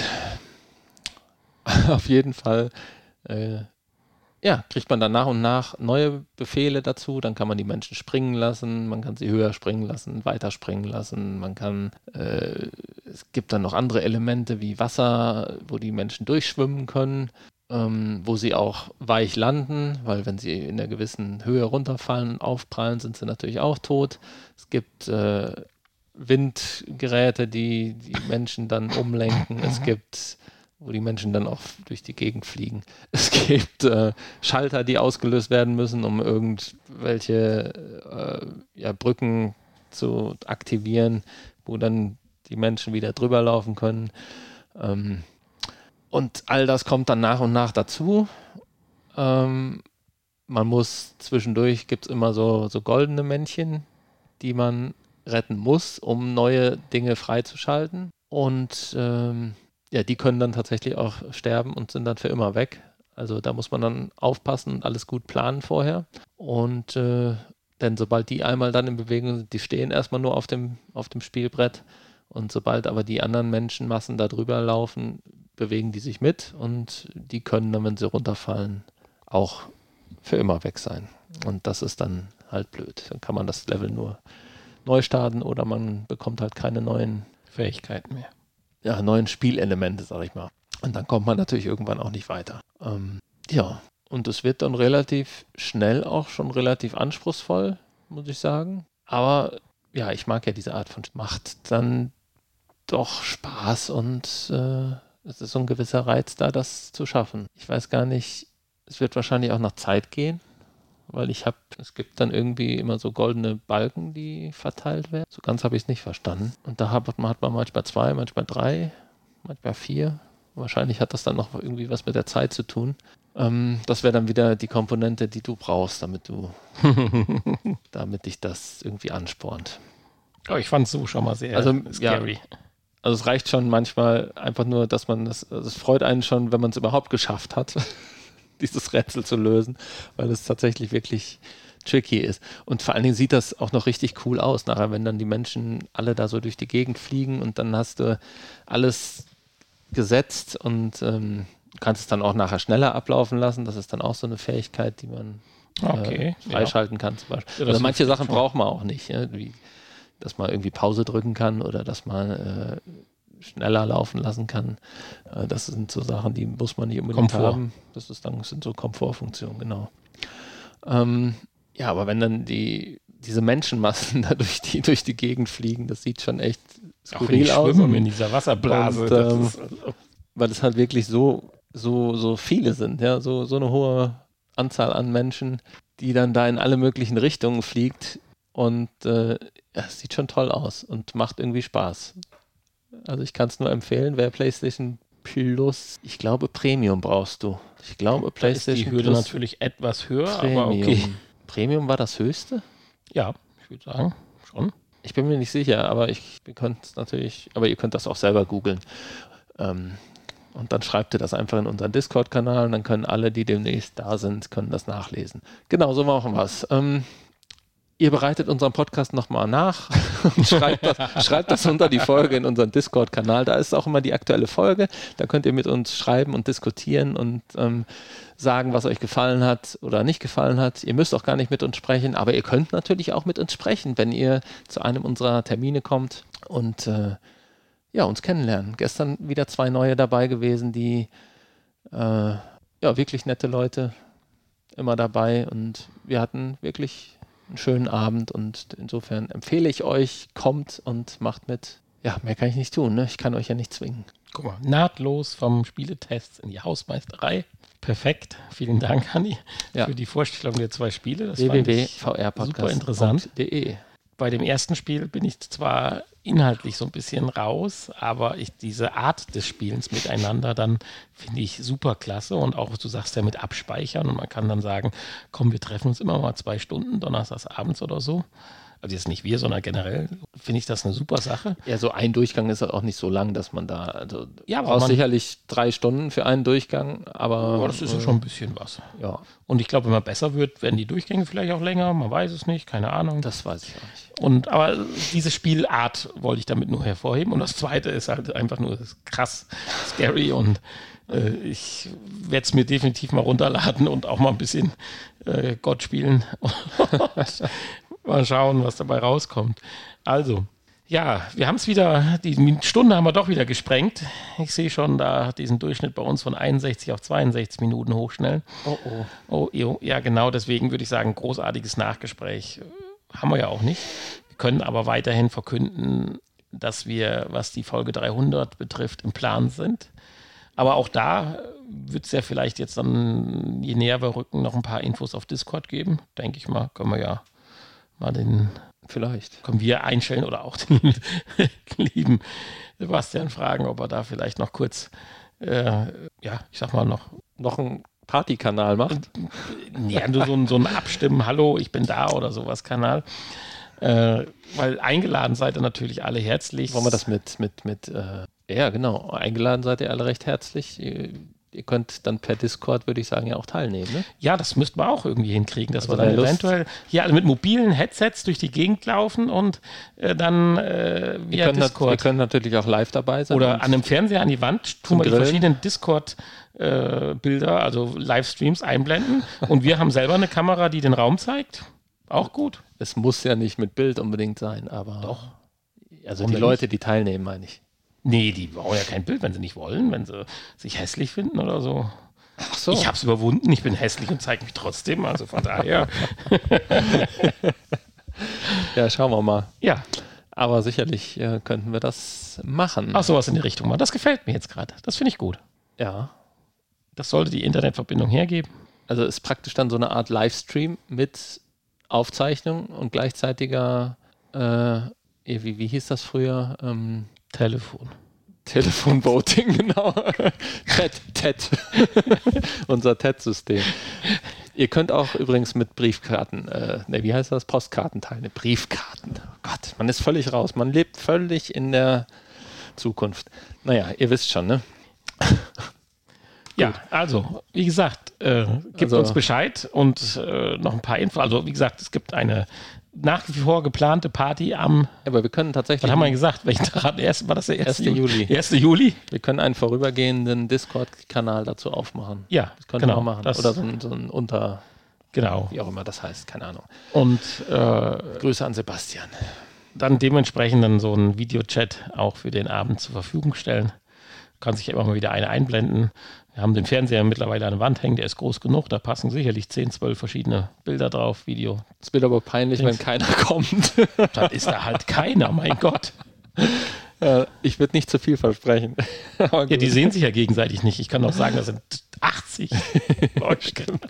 Auf jeden Fall, äh, ja, kriegt man dann nach und nach neue Befehle dazu. Dann kann man die Menschen springen lassen, man kann sie höher springen lassen, weiter springen lassen. Man kann, äh, es gibt dann noch andere Elemente wie Wasser, wo die Menschen durchschwimmen können, ähm, wo sie auch weich landen, weil wenn sie in einer gewissen Höhe runterfallen und aufprallen, sind sie natürlich auch tot. Es gibt äh, Windgeräte, die die Menschen dann umlenken. Es gibt wo die Menschen dann auch durch die Gegend fliegen. Es gibt äh, Schalter, die ausgelöst werden müssen, um irgendwelche äh, ja, Brücken zu aktivieren, wo dann die Menschen wieder drüber laufen können. Ähm, und all das kommt dann nach und nach dazu. Ähm, man muss zwischendurch, gibt es immer so, so goldene Männchen, die man retten muss, um neue Dinge freizuschalten. Und ähm, ja, die können dann tatsächlich auch sterben und sind dann für immer weg. Also da muss man dann aufpassen und alles gut planen vorher. Und äh, denn sobald die einmal dann in Bewegung sind, die stehen erstmal nur auf dem, auf dem Spielbrett. Und sobald aber die anderen Menschenmassen da drüber laufen, bewegen die sich mit und die können dann, wenn sie runterfallen, auch für immer weg sein. Und das ist dann halt blöd. Dann kann man das Level nur neu starten oder man bekommt halt keine neuen Fähigkeiten mehr. Ja, neuen Spielelemente, sag ich mal. Und dann kommt man natürlich irgendwann auch nicht weiter. Ähm, ja, und es wird dann relativ schnell auch schon relativ anspruchsvoll, muss ich sagen. Aber ja, ich mag ja diese Art von macht dann doch Spaß und äh, es ist so ein gewisser Reiz da, das zu schaffen. Ich weiß gar nicht, es wird wahrscheinlich auch nach Zeit gehen, weil ich habe, es gibt dann irgendwie immer so goldene Balken, die verteilt werden. So ganz habe ich es nicht verstanden. Und da hat man, hat man manchmal zwei, manchmal drei, manchmal vier. Wahrscheinlich hat das dann noch irgendwie was mit der Zeit zu tun. Ähm, das wäre dann wieder die Komponente, die du brauchst, damit du, damit dich das irgendwie anspornt. Oh, ich fand es so schon mal sehr also, scary. Ja, also es reicht schon manchmal einfach nur, dass man das, also es freut einen schon, wenn man es überhaupt geschafft hat, dieses Rätsel zu lösen, weil es tatsächlich wirklich tricky ist. Und vor allen Dingen sieht das auch noch richtig cool aus, nachher, wenn dann die Menschen alle da so durch die Gegend fliegen und dann hast du alles gesetzt und ähm, kannst es dann auch nachher schneller ablaufen lassen. Das ist dann auch so eine Fähigkeit, die man okay, äh, freischalten ja. kann zum Beispiel. Ja, oder manche Sachen schon. braucht man auch nicht, ja, wie dass man irgendwie Pause drücken kann oder dass man äh, schneller laufen lassen kann. Äh, das sind so Sachen, die muss man nicht unbedingt Komfort. haben. Das ist dann, sind so Komfortfunktionen, genau. Ähm, ja, aber wenn dann die diese Menschenmassen da durch die, durch die Gegend fliegen, das sieht schon echt skurril auch aus. Schwimmen und, in dieser Wasserblase. Und, das ähm, ist, weil es halt wirklich so, so, so viele sind, ja, so, so eine hohe Anzahl an Menschen, die dann da in alle möglichen Richtungen fliegt und äh, ja, es sieht schon toll aus und macht irgendwie Spaß. Also ich kann es nur empfehlen, wer PlayStation Plus, ich glaube Premium brauchst du. Ich glaube PlayStation ist die Hürde Plus natürlich etwas höher, Premium. aber okay. Premium war das höchste? Ja, ich würde sagen, schon. Ich bin mir nicht sicher, aber ich wir können es natürlich, aber ihr könnt das auch selber googeln. Ähm, und dann schreibt ihr das einfach in unseren Discord-Kanal und dann können alle, die demnächst da sind, können das nachlesen. Genau, so machen wir es. Ähm, Ihr bereitet unseren Podcast nochmal nach und schreibt das, schreibt das unter die Folge in unseren Discord-Kanal. Da ist auch immer die aktuelle Folge. Da könnt ihr mit uns schreiben und diskutieren und ähm, sagen, was euch gefallen hat oder nicht gefallen hat. Ihr müsst auch gar nicht mit uns sprechen, aber ihr könnt natürlich auch mit uns sprechen, wenn ihr zu einem unserer Termine kommt und äh, ja, uns kennenlernen. Gestern wieder zwei neue dabei gewesen, die äh, ja, wirklich nette Leute immer dabei und wir hatten wirklich einen schönen Abend und insofern empfehle ich euch, kommt und macht mit. Ja, mehr kann ich nicht tun, ne? Ich kann euch ja nicht zwingen. Guck mal, nahtlos vom Spieletest in die Hausmeisterei. Perfekt. Vielen Dank, Hanni, ja. für die Vorstellung der zwei Spiele. Das w w w punkt fand v r podcast super interessant. punkt d e Bei dem ersten Spiel bin ich zwar inhaltlich so ein bisschen raus, aber ich, diese Art des Spielens miteinander dann finde ich super klasse und auch, du sagst ja, mit Abspeichern und man kann dann sagen, komm, wir treffen uns immer mal zwei Stunden, donnerstags abends oder so. Also jetzt nicht wir, sondern generell finde ich das eine super Sache. Ja, so ein Durchgang ist halt auch nicht so lang, dass man da, also ja, aber braucht man, sicherlich drei Stunden für einen Durchgang, aber... Oh, das ist ja schon ein bisschen was. Ja. Und ich glaube, wenn man besser wird, werden die Durchgänge vielleicht auch länger, man weiß es nicht, keine Ahnung. Das weiß ich auch nicht. Und, aber diese Spielart wollte ich damit nur hervorheben. Und das zweite ist halt einfach nur krass scary und äh, ich werde es mir definitiv mal runterladen und auch mal ein bisschen äh, Gott spielen. Mal schauen, was dabei rauskommt. Also, ja, wir haben es wieder, die Stunde haben wir doch wieder gesprengt. Ich sehe schon da diesen Durchschnitt bei uns von einundsechzig auf zweiundsechzig Minuten hochschnellen. Oh, oh. Oh, jo, ja, genau, deswegen würde ich sagen, großartiges Nachgespräch haben wir ja auch nicht. Wir können aber weiterhin verkünden, dass wir, was die Folge dreihundert betrifft, im Plan sind. Aber auch da wird es ja vielleicht jetzt dann, je näher wir rücken, noch ein paar Infos auf Discord geben. Denke ich mal, können wir ja mal den, vielleicht. können wir einstellen oder auch den lieben Sebastian fragen, ob er da vielleicht noch kurz, äh, ja, ich sag mal noch, Noch ein Partykanal macht. ja, nur so ein, so ein Abstimmen, hallo, ich bin da oder sowas Kanal. Äh, weil eingeladen seid ihr natürlich alle herzlich. Wollen wir das mit, mit, mit, äh, ja genau, eingeladen seid ihr alle recht herzlich. Ihr, ihr könnt dann per Discord, würde ich sagen, ja auch teilnehmen, ne? Ja, das müssten wir auch irgendwie hinkriegen, dass Also wir dann wer Lust- eventuell hier alle mit mobilen Headsets durch die Gegend laufen und äh, dann äh, Wir via können, nat- wir Discord können natürlich auch live dabei sein. oder und an einem Fernseher an die Wand tun wir die Grillen. verschiedenen Discord-Bilder, also Livestreams einblenden und wir haben selber eine Kamera, die den Raum zeigt. Auch gut. Es muss ja nicht mit Bild unbedingt sein, aber. Doch. Also Warum die denn Leute, die teilnehmen, meine ich. Nee, die brauchen ja kein Bild, wenn sie nicht wollen, wenn sie sich hässlich finden oder so. Ach so. Ich habe es überwunden, ich bin hässlich und zeige mich trotzdem, also von daher. Ja, schauen wir mal. Ja, Aber sicherlich äh, könnten wir das machen. ach sowas in die Richtung mal. Das gefällt mir jetzt gerade. Das finde ich gut. Ja. Das sollte die Internetverbindung hergeben. Also ist praktisch dann so eine Art Livestream mit Aufzeichnung und gleichzeitiger, äh, wie, wie hieß das früher? Ähm, Telefon. Telefonvoting, genau. T E D, T E D. Unser T E D-System. Ihr könnt auch übrigens mit Briefkarten, äh, ne, wie heißt das? Postkarten teilen. Briefkarten. Oh Gott, man ist völlig raus. Man lebt völlig in der Zukunft. Naja, ihr wisst schon, ne? Ja, also, wie gesagt, äh, gebt Also- uns Bescheid und äh, noch ein paar Infos. Also, wie gesagt, es gibt eine nach wie vor geplante Party am, Aber wir können tatsächlich, was haben wir gesagt? Welchen Tag? Erst, war das der erste erster Juli. erster Juli? wir können einen vorübergehenden Discord-Kanal dazu aufmachen. Ja, Das könnte genau. man machen. Das, Oder so ein, so ein Unter, genau. wie auch immer das heißt, keine Ahnung. Und äh, Grüße an Sebastian. dann dementsprechend dann so einen Videochat auch für den Abend zur Verfügung stellen. Kann sich ja immer mal wieder eine einblenden. Wir haben den Fernseher mittlerweile an der Wand hängen, der ist groß genug, da passen sicherlich zehn, zwölf verschiedene Bilder drauf, Video. Es wird aber peinlich, Dings. wenn keiner kommt. Dann ist da halt keiner, mein Gott. Ja, ich würde nicht zu viel versprechen. Aber Ja, gut. die sehen sich ja gegenseitig nicht. Ich kann doch sagen, das sind achtzig Leute.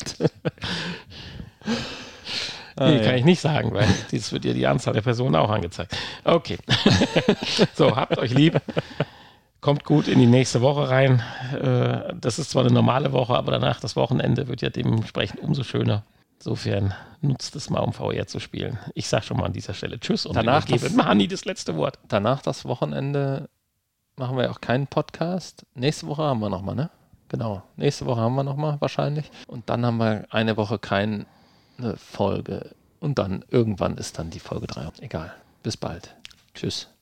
Ah, Nee, ja. kann ich nicht sagen, weil das wird ja die Anzahl der Personen auch angezeigt. Okay. So, habt euch lieb. Kommt gut in die nächste Woche rein. Äh, Das ist zwar eine normale Woche, aber danach das Wochenende wird ja dementsprechend umso schöner. Insofern nutzt es mal, um V R zu spielen. Ich sage schon mal an dieser Stelle Tschüss und Danach gebe das- Mani das letzte Wort. Danach das Wochenende machen wir auch keinen Podcast. Nächste Woche haben wir nochmal, ne? Genau. Nächste Woche haben wir nochmal wahrscheinlich. Und dann haben wir eine Woche keine Folge. Und dann irgendwann ist dann die Folge drei. Egal. Bis bald. Tschüss.